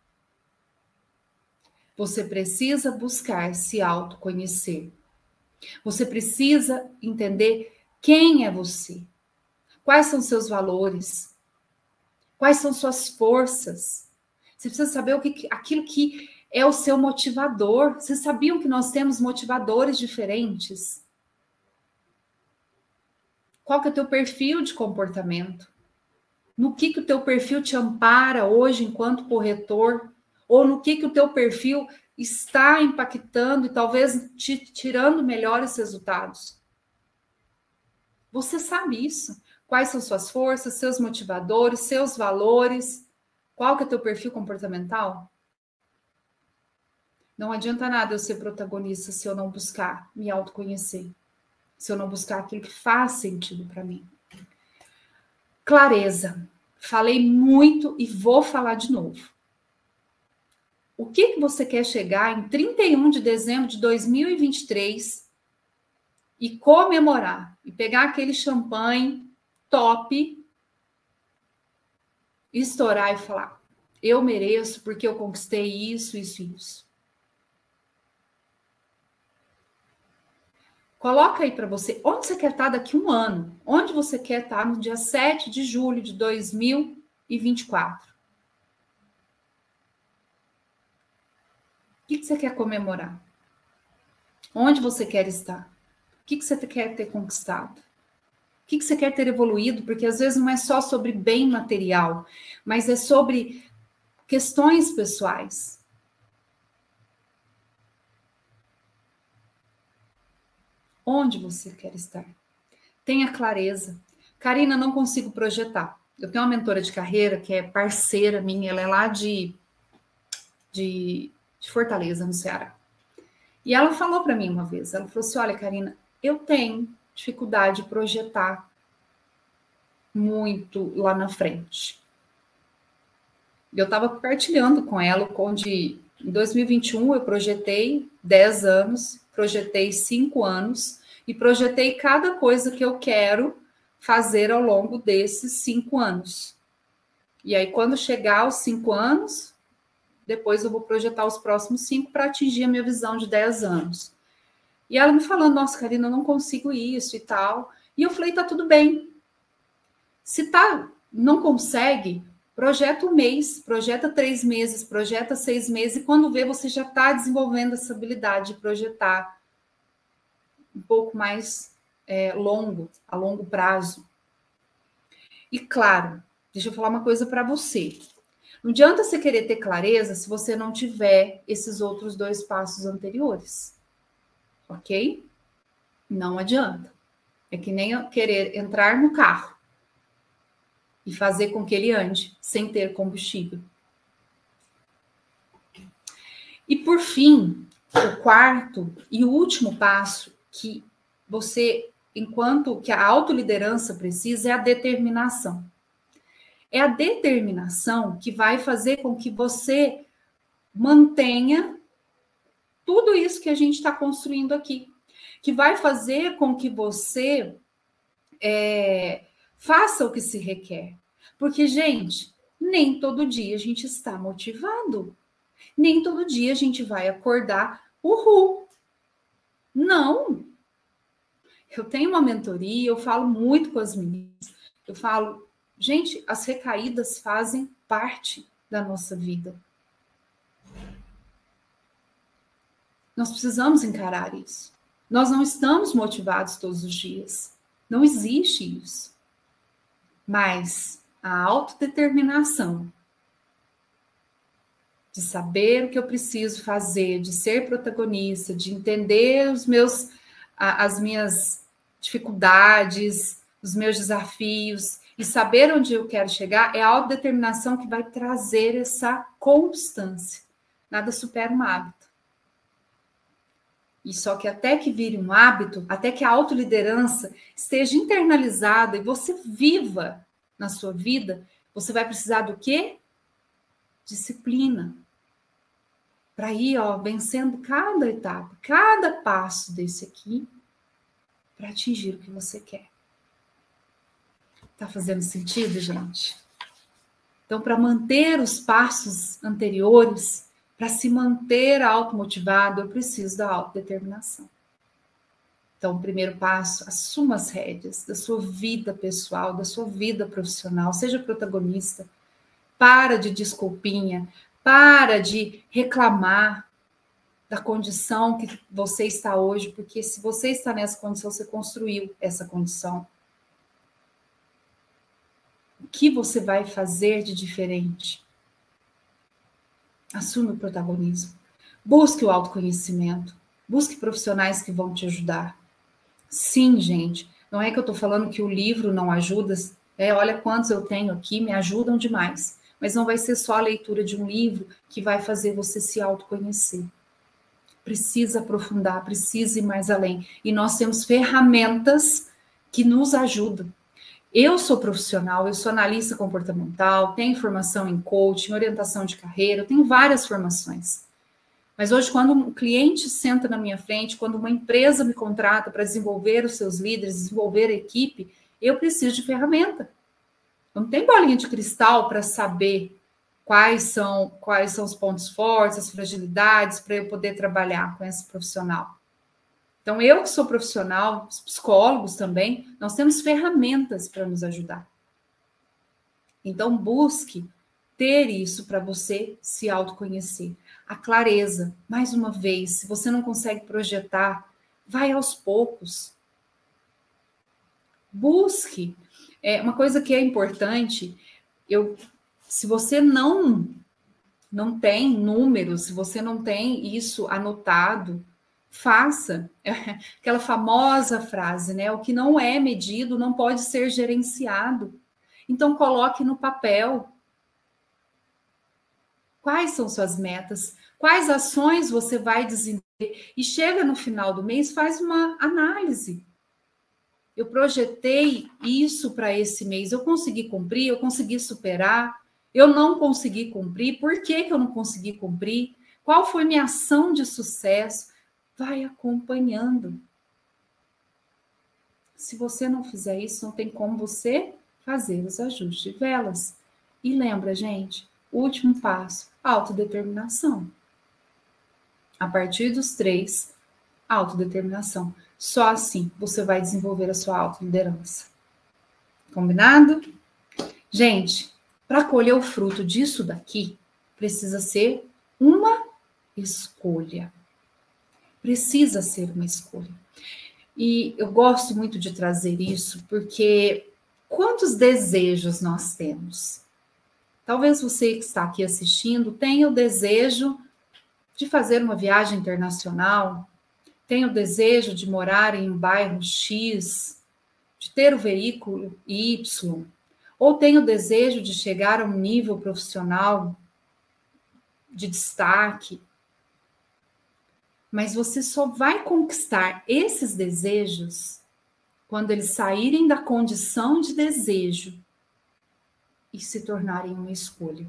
Você precisa buscar se autoconhecer. Você precisa entender quem é você. Quais são seus valores? Quais são suas forças? Você precisa saber o que, aquilo que é o seu motivador. Vocês sabiam que nós temos motivadores diferentes? Qual que é o teu perfil de comportamento? No que, que o teu perfil te ampara hoje enquanto corretor? Ou no que, que o teu perfil está impactando e talvez te tirando melhores resultados? Você sabe isso. Quais são suas forças, seus motivadores, seus valores? Qual que é o teu perfil comportamental? Não adianta nada eu ser protagonista se eu não buscar me autoconhecer. Se eu não buscar aquilo que faz sentido para mim. Clareza. Falei muito e vou falar de novo. O que, que você quer chegar em trinta e um de dezembro de dois mil e vinte e três e comemorar? E pegar aquele champanhe top, estourar e falar: eu mereço porque eu conquistei isso, isso e isso. Coloca aí para você, onde você quer estar daqui a um ano? Onde você quer estar no dia sete de julho de dois mil e vinte e quatro? O que você quer comemorar? Onde você quer estar? O que você quer ter conquistado? O que você quer ter evoluído? Porque às vezes não é só sobre bem material, mas é sobre questões pessoais. Onde você quer estar? Tenha clareza. Karina, não consigo projetar. Eu tenho uma mentora de carreira que é parceira minha, ela é lá de, de, de Fortaleza, no Ceará. E ela falou para mim uma vez, ela falou assim, olha, Karina, eu tenho dificuldade de projetar muito lá na frente. Eu estava compartilhando com ela, onde em dois mil e vinte e um eu projetei dez anos, projetei cinco anos e projetei cada coisa que eu quero fazer ao longo desses cinco anos. E aí, quando chegar aos cinco anos, depois eu vou projetar os próximos cinco para atingir a minha visão de dez anos. E ela me falando, nossa, Karina, eu não consigo isso e tal. E eu falei, tá tudo bem. Se tá, não consegue, projeta um mês, projeta três meses, projeta seis meses, e quando vê, você já está desenvolvendo essa habilidade de projetar um pouco mais é, longo, a longo prazo. E claro, deixa eu falar uma coisa para você. Não adianta você querer ter clareza se você não tiver esses outros dois passos anteriores. Ok? Não adianta. É que nem querer entrar no carro e fazer com que ele ande sem ter combustível. E por fim, o quarto e último passo que você, enquanto que a autoliderança precisa, é a determinação. É a determinação que vai fazer com que você mantenha tudo isso que a gente está construindo aqui. Que vai fazer com que você é, faça o que se requer. Porque, gente, nem todo dia a gente está motivado. Nem todo dia a gente vai acordar, uhul. Não. Eu tenho uma mentoria, eu falo muito com as meninas. Eu falo, gente, as recaídas fazem parte da nossa vida. Nós precisamos encarar isso. Nós não estamos motivados todos os dias. Não existe isso. Mas a autodeterminação de saber o que eu preciso fazer, de ser protagonista, de entender os meus, as minhas dificuldades, os meus desafios e saber onde eu quero chegar, é a autodeterminação que vai trazer essa constância. Nada supera um hábito. E só que até que vire um hábito, até que a autoliderança esteja internalizada e você viva na sua vida, você vai precisar do quê? Disciplina. Para ir, ó, vencendo cada etapa, cada passo desse aqui, para atingir o que você quer. Tá fazendo sentido, gente? Então, para manter os passos anteriores, para se manter automotivado, eu preciso da autodeterminação. Então, o primeiro passo, assuma as rédeas da sua vida pessoal, da sua vida profissional, seja protagonista, para de desculpinha, para de reclamar da condição que você está hoje, porque se você está nessa condição, você construiu essa condição. O que você vai fazer de diferente? Assume o protagonismo. Busque o autoconhecimento. Busque profissionais que vão te ajudar. Sim, gente, não é que eu estou falando que o livro não ajuda. É, olha quantos eu tenho aqui, me ajudam demais. Mas não vai ser só a leitura de um livro que vai fazer você se autoconhecer. Precisa aprofundar, precisa ir mais além. E nós temos ferramentas que nos ajudam. Eu sou profissional, eu sou analista comportamental, tenho formação em coaching, orientação de carreira, eu tenho várias formações. Mas hoje, quando um cliente senta na minha frente, quando uma empresa me contrata para desenvolver os seus líderes, desenvolver a equipe, eu preciso de ferramenta. Não tem bolinha de cristal para saber quais são, quais são os pontos fortes, as fragilidades, para eu poder trabalhar com esse profissional. Então, eu que sou profissional, os psicólogos também, nós temos ferramentas para nos ajudar. Então, busque ter isso para você se autoconhecer. A clareza, mais uma vez, se você não consegue projetar, vai aos poucos. Busque. É, uma coisa que é importante, eu, se você não, não tem números, se você não tem isso anotado, faça. Aquela famosa frase, né? O que não é medido não pode ser gerenciado. Então, coloque no papel quais são suas metas, quais ações você vai desenvolver, e chega no final do mês, faz uma análise. Eu projetei isso para esse mês, eu consegui cumprir, eu consegui superar, eu não consegui cumprir, por que, que eu não consegui cumprir? Qual foi minha ação de sucesso? Vai acompanhando. Se você não fizer isso, não tem como você fazer os ajustes de velas. E lembra, gente, o último passo, autodeterminação. A partir dos três, autodeterminação. Só assim você vai desenvolver a sua autoliderança. Combinado? Gente, para colher o fruto disso daqui, precisa ser uma escolha. Precisa ser uma escolha. E eu gosto muito de trazer isso, porque quantos desejos nós temos? Talvez você que está aqui assistindo tenha o desejo de fazer uma viagem internacional, tenha o desejo de morar em um bairro X, de ter o veículo Y, ou tenha o desejo de chegar a um nível profissional de destaque. Mas você só vai conquistar esses desejos quando eles saírem da condição de desejo e se tornarem uma escolha.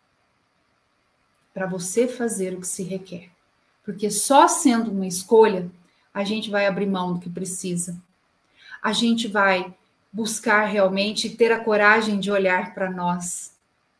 Para você fazer o que se requer. Porque só sendo uma escolha, a gente vai abrir mão do que precisa. A gente vai buscar realmente ter a coragem de olhar para nós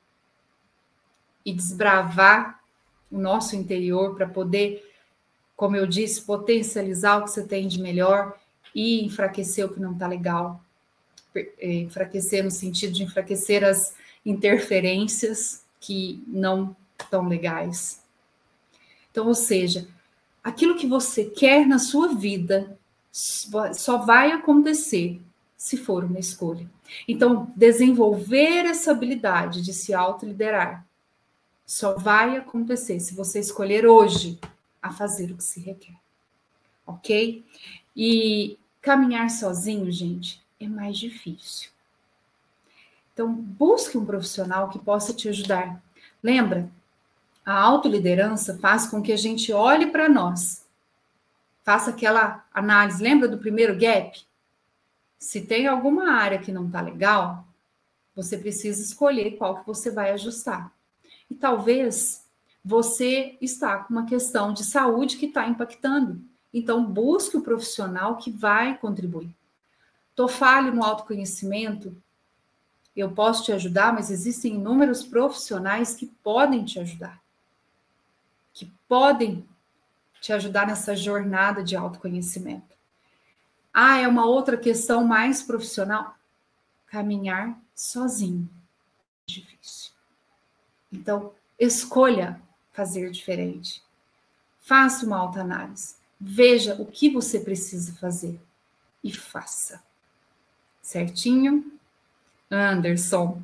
e desbravar o nosso interior para poder, como eu disse, potencializar o que você tem de melhor e enfraquecer o que não está legal. Enfraquecer no sentido de enfraquecer as interferências que não estão legais. Então, ou seja, aquilo que você quer na sua vida só vai acontecer se for uma escolha. Então, desenvolver essa habilidade de se autoliderar só vai acontecer se você escolher hoje a fazer o que se requer. Ok? E caminhar sozinho, gente, é mais difícil. Então, busque um profissional que possa te ajudar. Lembra? A autoliderança faz com que a gente olhe para nós. Faça aquela análise. Lembra do primeiro gap? Se tem alguma área que não está legal, você precisa escolher qual que você vai ajustar. E talvez você está com uma questão de saúde que está impactando. Então, busque o profissional que vai contribuir. Estou falho no autoconhecimento? Eu posso te ajudar, mas existem inúmeros profissionais que podem te ajudar. Que podem te ajudar nessa jornada de autoconhecimento. Ah, é uma outra questão mais profissional? Caminhar sozinho é difícil. Então, escolha fazer diferente. Faça uma autoanálise. Veja o que você precisa fazer e faça. Certinho? Anderson.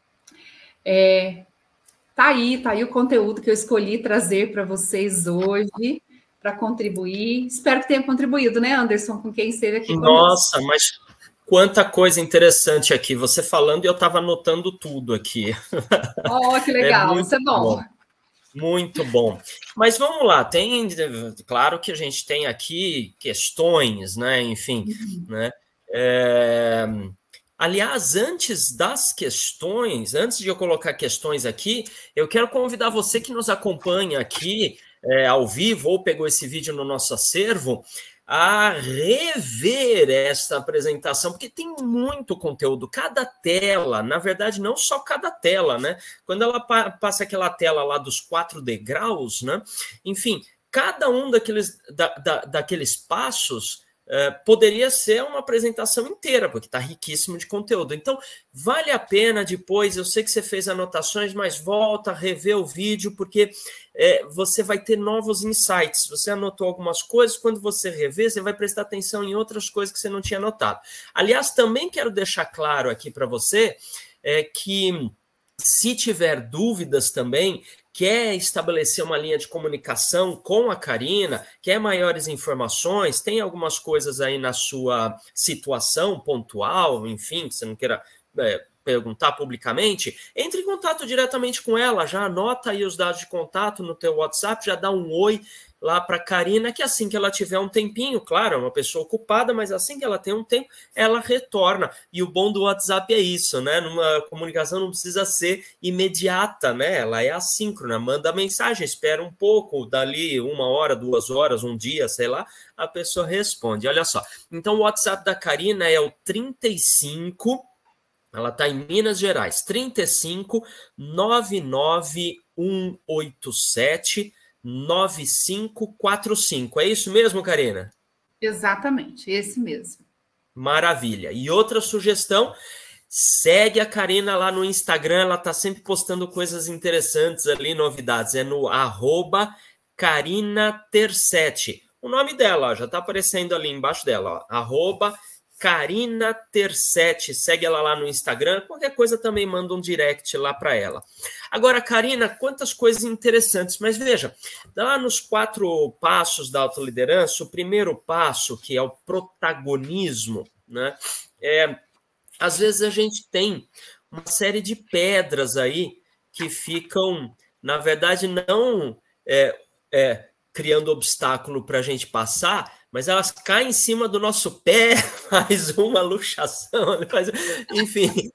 É, tá aí, tá aí o conteúdo que eu escolhi trazer para vocês hoje, para contribuir. Espero que tenha contribuído, né, Anderson, com quem esteve aqui conosco. Nossa, mas quanta coisa interessante aqui. Você falando e eu estava anotando tudo aqui. Oh, que legal, é isso é bom. bom. Muito bom. Mas vamos lá, tem, claro que a gente tem aqui questões, né? Enfim, uhum. né? É, aliás, antes das questões, antes de eu colocar questões aqui, eu quero convidar você que nos acompanha aqui é, ao vivo ou pegou esse vídeo no nosso acervo a rever esta apresentação, porque tem muito conteúdo. Cada tela, na verdade, não só cada tela, né? Quando ela pa passa aquela tela lá dos quatro degraus, né? Enfim, cada um daqueles, da, da, daqueles passos eh, poderia ser uma apresentação inteira, porque está riquíssimo de conteúdo. Então, vale a pena depois, eu sei que você fez anotações, mas volta a rever o vídeo, porque é, você vai ter novos insights. Você anotou algumas coisas, quando você rever, você vai prestar atenção em outras coisas que você não tinha anotado. Aliás, também quero deixar claro aqui para você é, que, se tiver dúvidas também, quer estabelecer uma linha de comunicação com a Karina, quer maiores informações, tem algumas coisas aí na sua situação pontual, enfim, que você não queira é, perguntar publicamente, entre em contato diretamente com ela, já anota aí os dados de contato no teu WhatsApp, já dá um oi lá para a Karina, que assim que ela tiver um tempinho, claro, é uma pessoa ocupada, mas assim que ela tem um tempo, ela retorna. E o bom do WhatsApp é isso, né? Numa comunicação não precisa ser imediata, né? Ela é assíncrona, manda mensagem, espera um pouco, dali uma hora, duas horas, um dia, sei lá, a pessoa responde. Olha só. Então o WhatsApp da Karina é o trinta e cinco, ela está em Minas Gerais, trinta e cinco, nove nove um oito sete, nove cinco quatro cinco. É isso mesmo, Karina? Exatamente, esse mesmo. Maravilha. E outra sugestão, segue a Karina lá no Instagram, ela está sempre postando coisas interessantes ali, novidades. É no arroba Karina Tercetti. O nome dela, ó, já está aparecendo ali embaixo dela, ó, arroba Karina Tercetti. Segue ela lá no Instagram. Qualquer coisa também manda um direct lá para ela. Agora, Karina, quantas coisas interessantes. Mas veja, lá nos quatro passos da autoliderança, o primeiro passo, que é o protagonismo, né? É, às vezes a gente tem uma série de pedras aí que ficam, na verdade, não é, é, criando obstáculo para a gente passar, mas elas caem em cima do nosso pé, faz uma luxação, faz... enfim,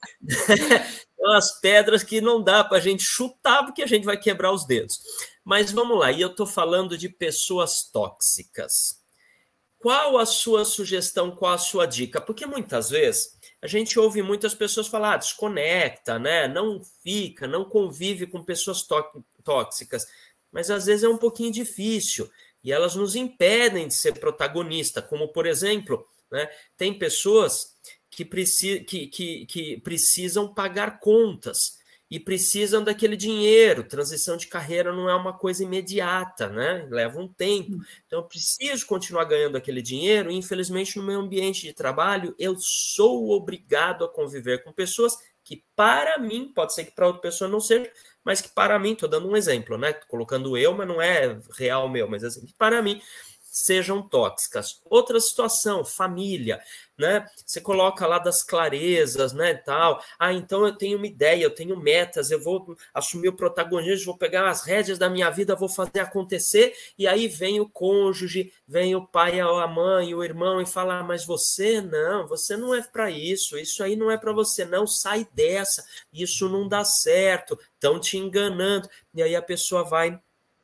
umas pedras que não dá para a gente chutar, porque a gente vai quebrar os dedos. Mas vamos lá, e eu estou falando de pessoas tóxicas. Qual a sua sugestão, qual a sua dica? Porque muitas vezes a gente ouve muitas pessoas falar, ah, desconecta, né? Não fica, não convive com pessoas tóxicas, mas às vezes é um pouquinho difícil. E elas nos impedem de ser protagonista, como, por exemplo, né, tem pessoas que, preci que, que, que precisam pagar contas e precisam daquele dinheiro. Transição de carreira não é uma coisa imediata, né? Leva um tempo. Então, eu preciso continuar ganhando aquele dinheiro e, infelizmente, no meu ambiente de trabalho, eu sou obrigado a conviver com pessoas que, para mim, pode ser que para outra pessoa não seja, mas que para mim, estou dando um exemplo, né? Colocando eu, mas não é real meu, mas assim, que para mim sejam tóxicas. Outra situação, família, né? Você coloca lá das clarezas, né, tal. Ah, então eu tenho uma ideia, eu tenho metas, eu vou assumir o protagonismo, vou pegar as rédeas da minha vida, vou fazer acontecer, e aí vem o cônjuge, vem o pai, a mãe, o irmão, e fala, ah, mas você não, você não é para isso, isso aí não é para você, não, sai dessa, isso não dá certo, estão te enganando, e aí a pessoa vai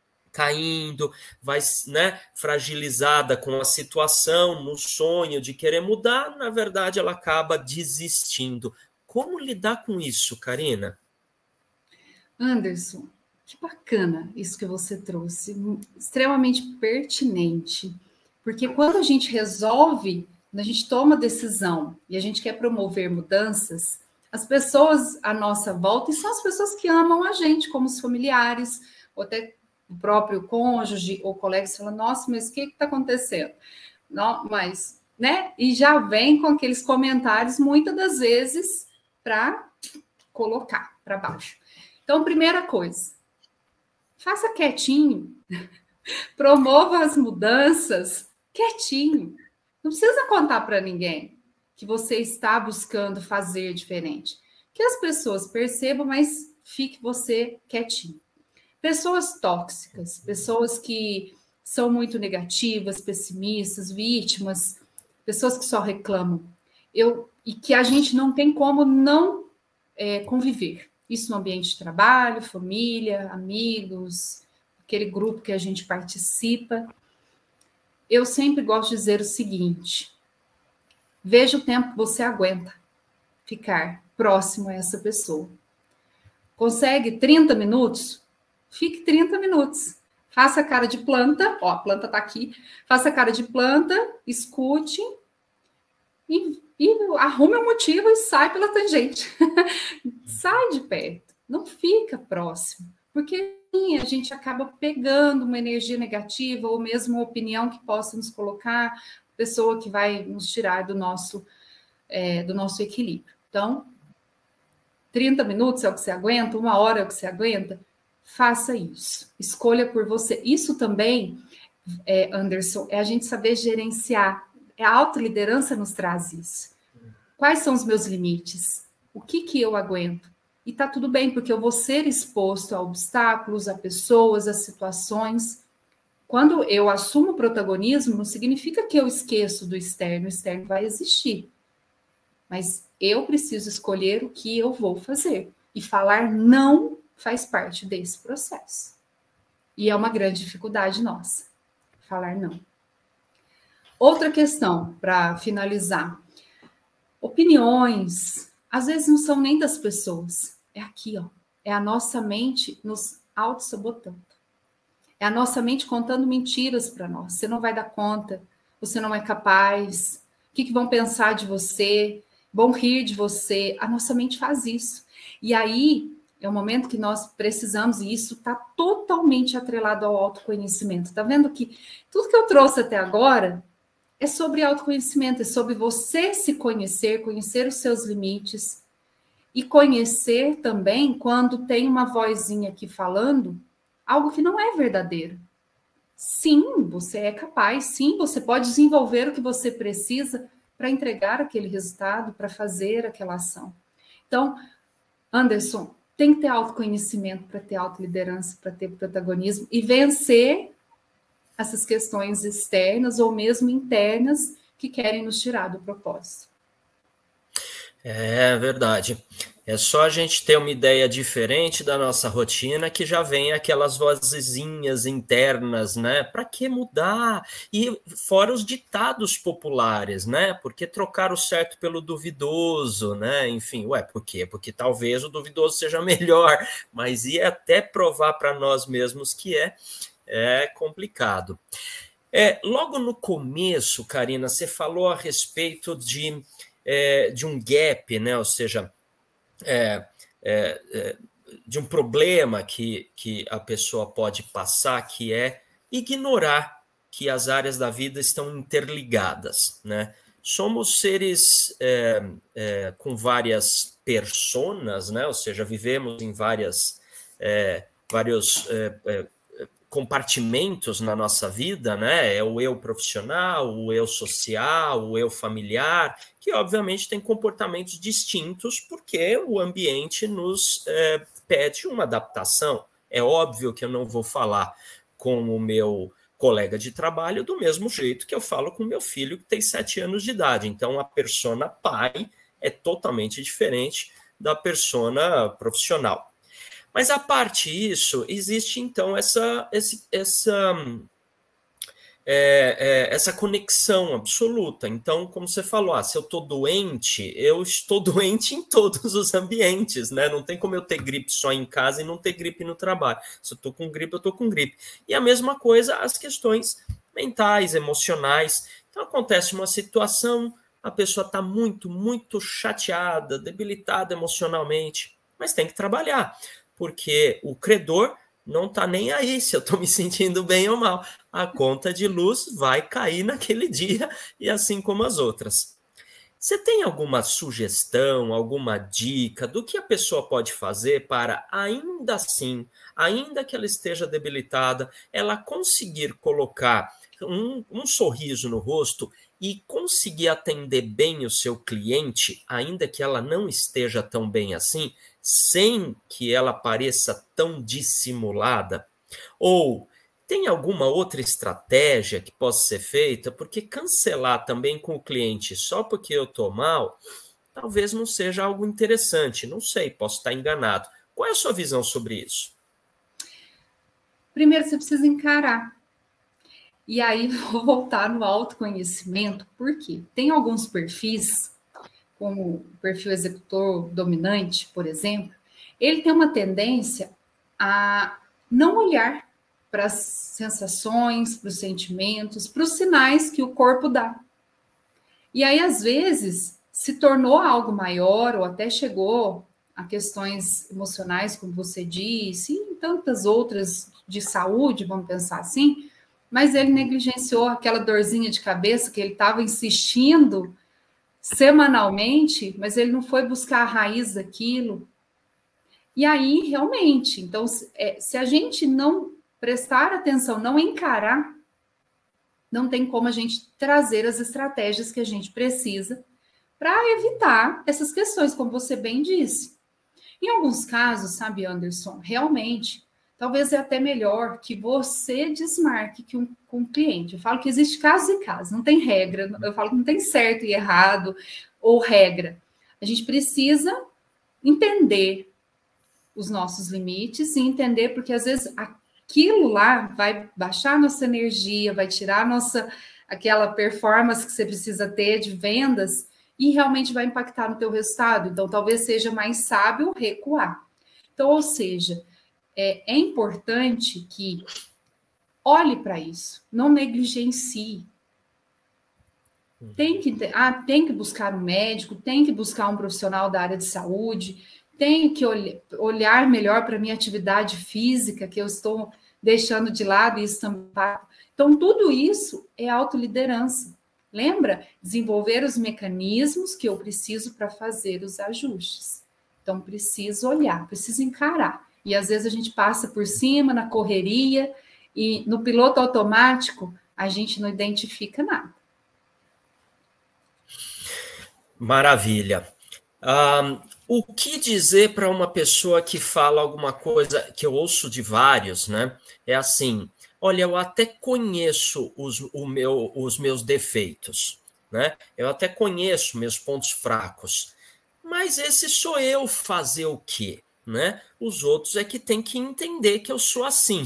caindo, vai, né, fragilizada com a situação, no sonho de querer mudar, na verdade ela acaba desistindo. Como lidar com isso, Karina? Anderson, que bacana isso que você trouxe, extremamente pertinente, porque quando a gente resolve, quando a gente toma decisão e a gente quer promover mudanças, as pessoas à nossa volta, e são as pessoas que amam a gente, como os familiares, ou até o próprio cônjuge ou colegas falam, nossa, mas o que está acontecendo? Não, mas, né? E já vem com aqueles comentários, muitas das vezes, para colocar para baixo. Então, primeira coisa, faça quietinho, promova as mudanças quietinho. Não precisa contar para ninguém que você está buscando fazer diferente. Que as pessoas percebam, mas fique você quietinho. Pessoas tóxicas, pessoas que são muito negativas, pessimistas, vítimas, pessoas que só reclamam. Eu, e que a gente não tem como não é, conviver. Isso no ambiente de trabalho, família, amigos, aquele grupo que a gente participa. Eu sempre gosto de dizer o seguinte, veja o tempo que você aguenta ficar próximo a essa pessoa. Consegue trinta minutos? Fique trinta minutos. Faça cara de planta, ó, a planta tá aqui. Faça cara de planta, escute e, e arrume um motivo e sai pela tangente. Sai de perto, não fica próximo, porque sim, a gente acaba pegando uma energia negativa ou mesmo uma opinião que possa nos colocar, pessoa que vai nos tirar do nosso, é, do nosso equilíbrio. Então, trinta minutos é o que você aguenta, uma hora é o que você aguenta, faça isso, escolha por você. Isso também, é, Anderson, é a gente saber gerenciar. A autoliderança nos traz isso. Quais são os meus limites? O que que eu aguento? E tá tudo bem, porque eu vou ser exposto a obstáculos, a pessoas, a situações. Quando eu assumo o protagonismo, não significa que eu esqueço do externo, o externo vai existir. Mas eu preciso escolher o que eu vou fazer. E falar não faz parte desse processo. E é uma grande dificuldade nossa, falar não. Outra questão, para finalizar. Opiniões, às vezes não são nem das pessoas. É aqui, ó. É a nossa mente nos auto-sabotando. É a nossa mente contando mentiras para nós. Você não vai dar conta, você não é capaz. O que, que vão pensar de você? Vão rir de você. A nossa mente faz isso. E aí é o momento que nós precisamos, e isso está totalmente atrelado ao autoconhecimento. Está vendo que tudo que eu trouxe até agora é sobre autoconhecimento, é sobre você se conhecer, conhecer os seus limites e conhecer também quando tem uma vozinha aqui falando algo que não é verdadeiro. Sim, você é capaz, sim, você pode desenvolver o que você precisa para entregar aquele resultado, para fazer aquela ação. Então, Anderson, tem que ter autoconhecimento para ter autoliderança, para ter protagonismo e vencer essas questões externas ou mesmo internas que querem nos tirar do propósito. É verdade. É só a gente ter uma ideia diferente da nossa rotina que já vem aquelas vozezinhas internas, né? Para que mudar? E fora os ditados populares, né? Porque trocar o certo pelo duvidoso, né? Enfim, ué, por quê? Porque talvez o duvidoso seja melhor, mas e até provar para nós mesmos que é, é complicado. É, logo no começo, Karina, você falou a respeito de, é, de um gap, né? Ou seja, É, é, é, de um problema que, que a pessoa pode passar, que é ignorar que as áreas da vida estão interligadas, né? Somos seres é, é, com várias personas, né? Ou seja, vivemos em várias, é, vários é, é, compartimentos na nossa vida, né? É o eu profissional, o eu social, o eu familiar, que obviamente tem comportamentos distintos porque o ambiente nos é, pede uma adaptação. É óbvio que eu não vou falar com o meu colega de trabalho do mesmo jeito que eu falo com o meu filho que tem sete anos de idade. Então, a persona pai é totalmente diferente da persona profissional. Mas, a parte disso, existe, então, essa, essa, essa, é, é, essa conexão absoluta. Então, como você falou, ah, se eu estou doente, eu estou doente em todos os ambientes, né? Não tem como eu ter gripe só em casa e não ter gripe no trabalho. Se eu estou com gripe, eu estou com gripe. E a mesma coisa as questões mentais, emocionais. Então, acontece uma situação, a pessoa está muito, muito chateada, debilitada emocionalmente, mas tem que trabalhar. Porque o credor não está nem aí se eu estou me sentindo bem ou mal. A conta de luz vai cair naquele dia, e assim como as outras. Você tem alguma sugestão, alguma dica do que a pessoa pode fazer para, ainda assim, ainda que ela esteja debilitada, ela conseguir colocar um, um sorriso no rosto e conseguir atender bem o seu cliente, ainda que ela não esteja tão bem assim, sem que ela pareça tão dissimulada? Ou tem alguma outra estratégia que possa ser feita? Porque cancelar também com o cliente só porque eu estou mal, talvez não seja algo interessante. Não sei, posso estar enganado. Qual é a sua visão sobre isso? Primeiro, você precisa encarar. E aí, vou voltar no autoconhecimento, porque tem alguns perfis, como o perfil executor dominante, por exemplo, ele tem uma tendência a não olhar para as sensações, para os sentimentos, para os sinais que o corpo dá. E aí, às vezes, se tornou algo maior, ou até chegou a questões emocionais, como você disse, e tantas outras de saúde, vamos pensar assim, mas ele negligenciou aquela dorzinha de cabeça que ele estava insistindo semanalmente, mas ele não foi buscar a raiz daquilo. E aí, realmente, então, se a gente não prestar atenção, não encarar, não tem como a gente trazer as estratégias que a gente precisa para evitar essas questões, como você bem disse. Em alguns casos, sabe, Anderson, realmente, talvez é até melhor que você desmarque que um, com o cliente. Eu falo que existe casos e casos, não tem regra. Eu falo que não tem certo e errado ou regra. A gente precisa entender os nossos limites e entender, porque às vezes aquilo lá vai baixar nossa energia, vai tirar nossa, aquela performance que você precisa ter de vendas e realmente vai impactar no teu resultado. Então, talvez seja mais sábio recuar. Então, ou seja, é, é importante que olhe para isso, não negligencie. Tem que, ah, tem que buscar um médico, tem que buscar um profissional da área de saúde, tenho que olhar melhor para a minha atividade física, que eu estou deixando de lado e isso também. Então, tudo isso é autoliderança. Lembra? Desenvolver os mecanismos que eu preciso para fazer os ajustes. Então, preciso olhar, preciso encarar. E às vezes a gente passa por cima, na correria, e no piloto automático, a gente não identifica nada. Maravilha. Um, o que dizer para uma pessoa que fala alguma coisa que eu ouço de vários, né? É assim, olha, eu até conheço os, o meu, os meus defeitos, né? Eu até conheço meus pontos fracos, mas esse sou eu fazer o quê? Né? Os outros é que tem que entender que eu sou assim.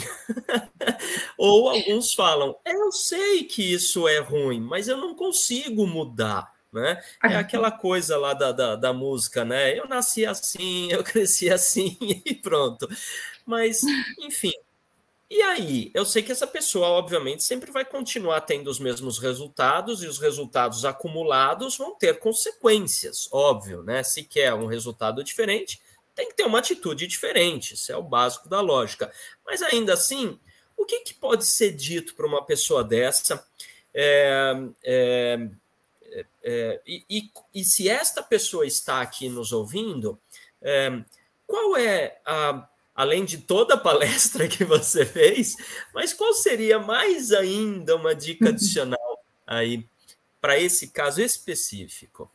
Ou alguns falam, eu sei que isso é ruim, mas eu não consigo mudar. Né? É aquela coisa lá da, da, da música, né? Eu nasci assim, eu cresci assim e pronto. Mas, enfim. E aí? Eu sei que essa pessoa, obviamente, sempre vai continuar tendo os mesmos resultados e os resultados acumulados vão ter consequências, óbvio, né? Se quer um resultado diferente, tem que ter uma atitude diferente. Isso é o básico da lógica. Mas, ainda assim, o que, que pode ser dito para uma pessoa dessa? É... é É, e, e, e se esta pessoa está aqui nos ouvindo, é, qual é, a, além de toda a palestra que você fez, mas qual seria mais ainda uma dica adicional aí para esse caso específico?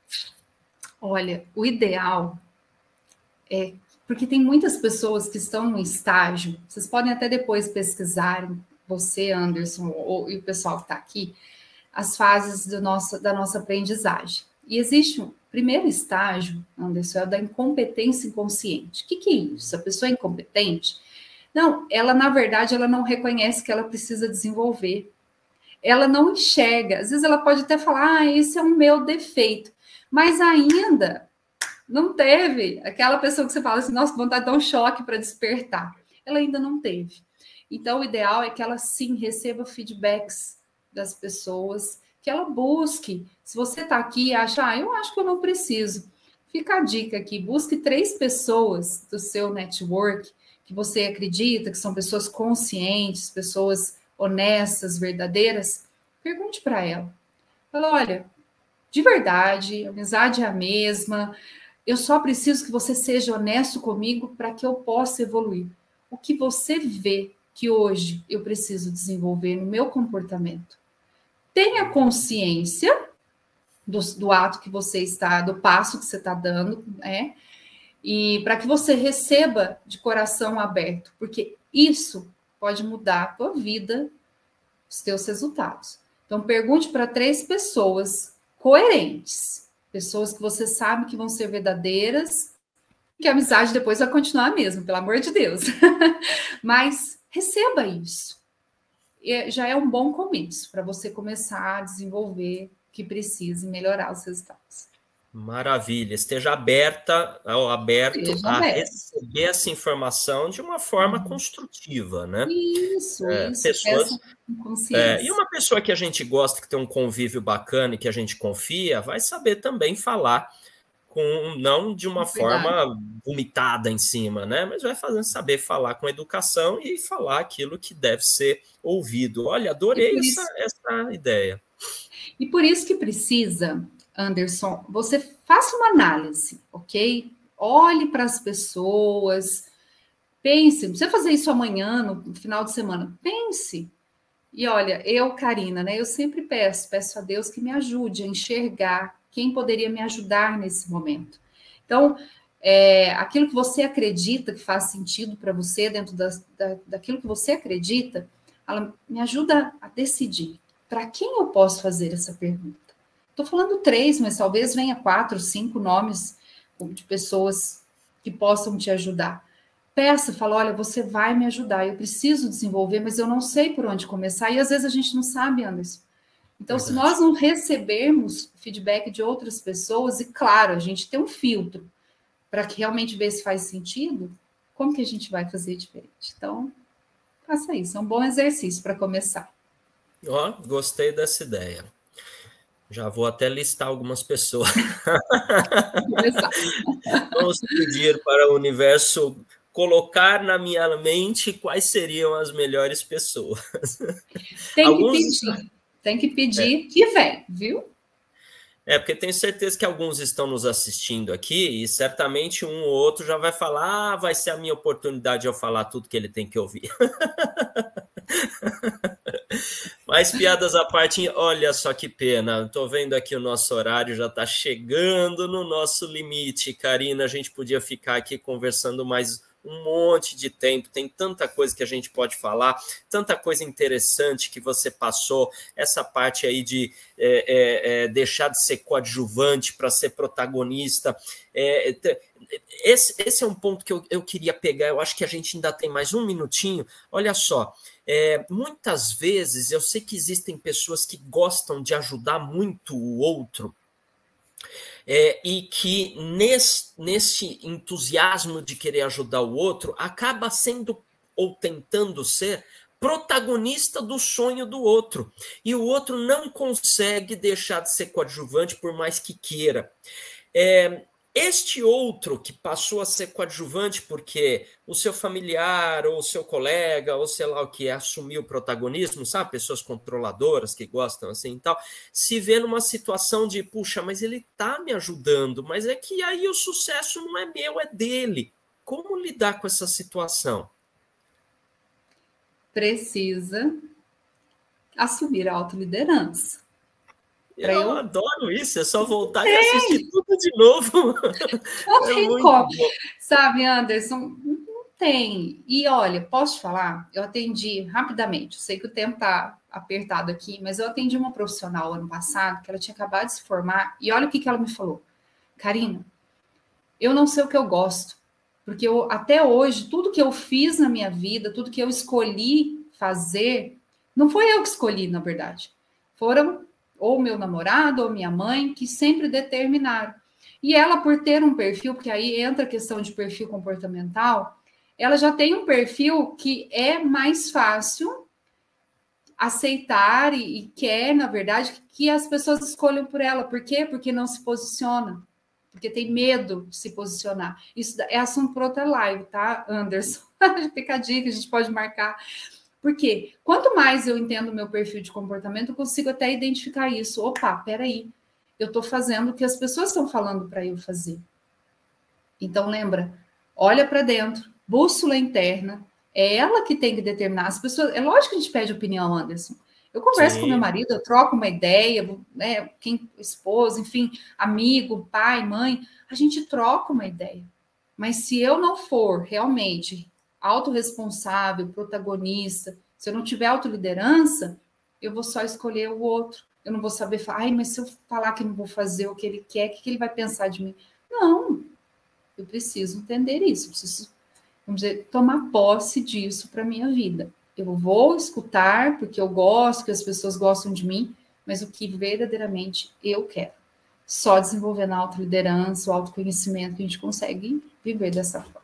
Olha, o ideal é, porque tem muitas pessoas que estão no estágio, vocês podem até depois pesquisarem, você, Anderson, ou, e o pessoal que está aqui, as fases do nosso, da nossa aprendizagem. E existe um primeiro estágio, Anderson, é o da incompetência inconsciente. O que, que é isso? A pessoa é incompetente? Não, ela, na verdade, ela não reconhece que ela precisa desenvolver. Ela não enxerga. Às vezes ela pode até falar, ah, esse é o meu defeito. Mas ainda não teve aquela pessoa que você fala assim, nossa, vontade de dar um choque para despertar. Ela ainda não teve. Então, o ideal é que ela, sim, receba feedbacks das pessoas, que ela busque. Se você está aqui e acha, ah, eu acho que eu não preciso, fica a dica aqui, busque três pessoas do seu network que você acredita que são pessoas conscientes, pessoas honestas, verdadeiras, pergunte para ela. Fala, olha, de verdade, a amizade é a mesma, eu só preciso que você seja honesto comigo para que eu possa evoluir. O que você vê que hoje eu preciso desenvolver no meu comportamento? Tenha consciência do, do ato que você está, do passo que você está dando, né? E para que você receba de coração aberto, porque isso pode mudar a tua vida, os teus resultados. Então, pergunte para três pessoas coerentes, pessoas que você sabe que vão ser verdadeiras, que a amizade depois vai continuar mesmo, pelo amor de Deus. Mas receba isso. Já é um bom começo para você começar a desenvolver o que precisa e melhorar os resultados. Maravilha. Esteja aberta, aberto Esteja a aberto. receber essa informação de uma forma uhum. construtiva, né? Isso, é, isso. Pessoas, consciência. É, e uma pessoa que a gente gosta, que tem um convívio bacana e que a gente confia, vai saber também falar com, não de uma forma vomitada em cima, né? Mas vai fazer, saber falar com educação e falar aquilo que deve ser ouvido. Olha, adorei essa, isso, essa ideia. E por isso que precisa, Anderson, você faça uma análise, ok? Olhe para as pessoas, pense, não precisa fazer isso amanhã, no final de semana, pense. E olha, eu, Karina, né? Eu sempre peço, peço a Deus que me ajude a enxergar quem poderia me ajudar nesse momento. Então, é, aquilo que você acredita que faz sentido para você, dentro da, da, daquilo que você acredita, ela me ajuda a decidir para quem eu posso fazer essa pergunta. Estou falando três, mas talvez venha quatro, cinco nomes de pessoas que possam te ajudar. Peça, fala, olha, você vai me ajudar, eu preciso desenvolver, mas eu não sei por onde começar, e às vezes a gente não sabe, Anderson. Então, Verdade. Se nós não recebermos feedback de outras pessoas, e claro, a gente tem um filtro para que realmente ver se faz sentido, como que a gente vai fazer diferente? Então, faça isso, é um bom exercício para começar. Ó, oh, gostei dessa ideia. Já vou até listar algumas pessoas. Vamos pedir para o universo colocar na minha mente quais seriam as melhores pessoas. Tem Alguns... que pedir, tem que pedir é. que vem, viu? É, porque tenho certeza que alguns estão nos assistindo aqui e certamente um ou outro já vai falar, ah, vai ser a minha oportunidade de eu falar tudo que ele tem que ouvir. Mas piadas à parte, olha só que pena, estou vendo aqui o nosso horário já está chegando no nosso limite, Karina, a gente podia ficar aqui conversando mais um monte de tempo, tem tanta coisa que a gente pode falar, tanta coisa interessante que você passou, essa parte aí de é, é, é, deixar de ser coadjuvante para ser protagonista, é, esse, esse é um ponto que eu, eu queria pegar, eu acho que a gente ainda tem mais um minutinho, olha só, é, muitas vezes eu sei que existem pessoas que gostam de ajudar muito o outro, É, e que nesse, nesse entusiasmo de querer ajudar o outro, acaba sendo ou tentando ser protagonista do sonho do outro. E o outro não consegue deixar de ser coadjuvante por mais que queira. É, este outro que passou a ser coadjuvante porque o seu familiar ou o seu colega ou sei lá o que assumiu o protagonismo, sabe? Pessoas controladoras que gostam assim e tal, se vê numa situação de, puxa, mas ele tá me ajudando, mas é que aí o sucesso não é meu, é dele. Como lidar com essa situação? Precisa assumir a autoliderança. Eu, eu adoro isso, é só voltar é. e assistir tudo de novo. Não é tem como. Bom. Sabe, Anderson, não tem. E olha, posso te falar? Eu atendi rapidamente, eu sei que o tempo está apertado aqui, mas eu atendi uma profissional ano passado, que ela tinha acabado de se formar, e olha o que, que ela me falou. Karina, eu não sei o que eu gosto, porque eu, até hoje, tudo que eu fiz na minha vida, tudo que eu escolhi fazer, não foi eu que escolhi, na verdade. Foram ou meu namorado, ou minha mãe, que sempre determinaram. E ela, por ter um perfil, porque aí entra a questão de perfil comportamental, ela já tem um perfil que é mais fácil aceitar e, e quer, na verdade, que as pessoas escolham por ela. Por quê? Porque não se posiciona. Porque tem medo de se posicionar. Isso é assunto para outra live, tá, Anderson? Fica a dica, a gente pode marcar. Porque quanto mais eu entendo o meu perfil de comportamento, eu consigo até identificar isso. Opa, peraí, eu estou fazendo o que as pessoas estão falando para eu fazer. Então, lembra, olha para dentro, bússola interna, é ela que tem que determinar. As pessoas, é lógico que a gente pede opinião, Anderson. Eu converso Sim. com meu marido, eu troco uma ideia, né, quem, esposa, enfim, amigo, pai, mãe, a gente troca uma ideia. Mas se eu não for realmente autorresponsável, protagonista, se eu não tiver autoliderança, eu vou só escolher o outro. Eu não vou saber falar, ai, mas se eu falar que não vou fazer o que ele quer, o que ele vai pensar de mim? Não, eu preciso entender isso, preciso, vamos dizer, tomar posse disso para a minha vida. Eu vou escutar porque eu gosto, que as pessoas gostam de mim, mas o que verdadeiramente eu quero. Só desenvolvendo a autoliderança, o autoconhecimento, que a gente consegue viver dessa forma.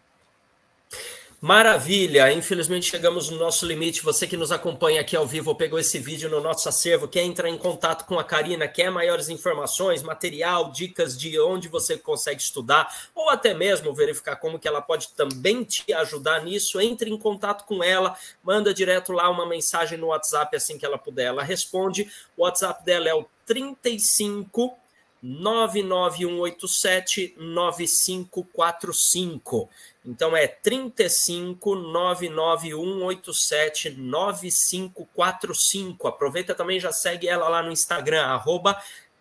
Maravilha, infelizmente chegamos no nosso limite. Você que nos acompanha aqui ao vivo pegou esse vídeo no nosso acervo, quer entrar em contato com a Karina, quer maiores informações, material, dicas de onde você consegue estudar ou até mesmo verificar como que ela pode também te ajudar nisso, entre em contato com ela, manda direto lá uma mensagem no WhatsApp assim que ela puder, ela responde. O WhatsApp dela é o trinta e cinco, nove nove um oito sete, nove cinco quatro cinco. Então é trinta e cinco, nove nove um oito sete, nove cinco quatro cinco. Aproveita também, já segue ela lá no Instagram, arroba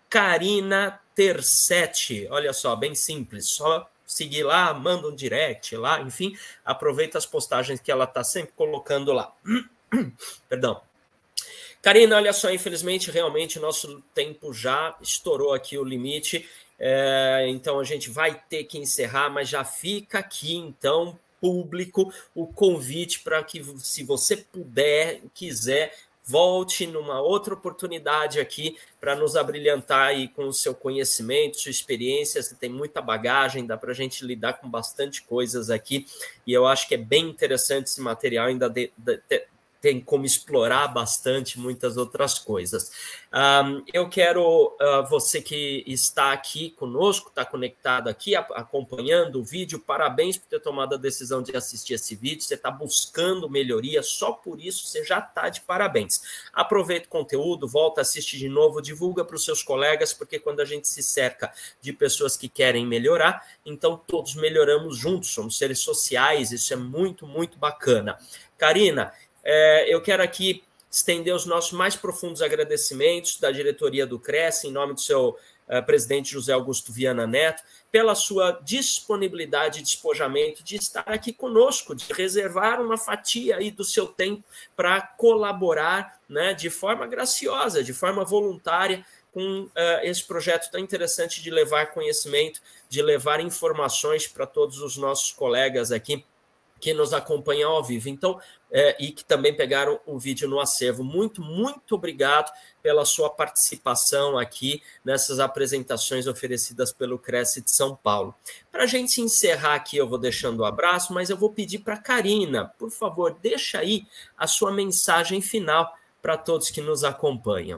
Karina Tercetti. Olha só, bem simples, só seguir lá, manda um direct lá, enfim, aproveita as postagens que ela está sempre colocando lá. Perdão. Karina, olha só, infelizmente, realmente, nosso tempo já estourou aqui o limite, é, então a gente vai ter que encerrar, mas já fica aqui, então, público, o convite para que, se você puder, quiser, volte numa outra oportunidade aqui para nos abrilhantar aí com o seu conhecimento, sua experiência. Você tem muita bagagem, dá para a gente lidar com bastante coisas aqui, e eu acho que é bem interessante esse material, ainda de, de, de, tem como explorar bastante muitas outras coisas. Um, eu quero, uh, você que está aqui conosco, está conectado aqui, a, acompanhando o vídeo, parabéns por ter tomado a decisão de assistir esse vídeo, você está buscando melhoria, só por isso você já está de parabéns. Aproveita o conteúdo, volta, assiste de novo, divulga para os seus colegas, porque quando a gente se cerca de pessoas que querem melhorar, então todos melhoramos juntos, somos seres sociais, isso é muito, muito bacana. Karina, É, eu quero aqui estender os nossos mais profundos agradecimentos da diretoria do Cresce, em nome do seu uh, presidente José Augusto Viana Neto, pela sua disponibilidade e despojamento de estar aqui conosco, de reservar uma fatia aí do seu tempo para colaborar, né, de forma graciosa, de forma voluntária, com uh, esse projeto tão interessante de levar conhecimento, de levar informações para todos os nossos colegas aqui que nos acompanham ao vivo, então, é, e que também pegaram o vídeo no acervo. Muito, muito obrigado pela sua participação aqui nessas apresentações oferecidas pelo Cresce de São Paulo. Para a gente encerrar aqui, eu vou deixando o abraço, mas eu vou pedir para a Karina, por favor, deixa aí a sua mensagem final para todos que nos acompanham.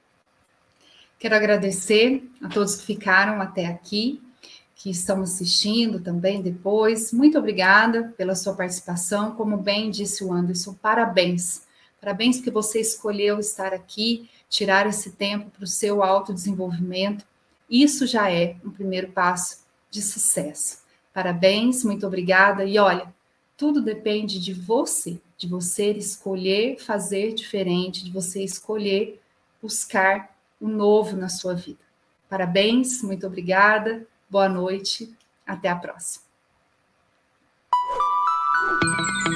Quero agradecer a todos que ficaram até aqui, que estão assistindo também depois. Muito obrigada pela sua participação. Como bem disse o Anderson, parabéns. Parabéns porque você escolheu estar aqui, tirar esse tempo para o seu autodesenvolvimento. Isso já é um primeiro passo de sucesso. Parabéns, muito obrigada. E olha, tudo depende de você, de você escolher fazer diferente, de você escolher buscar o novo na sua vida. Parabéns, muito obrigada. Boa noite, até a próxima.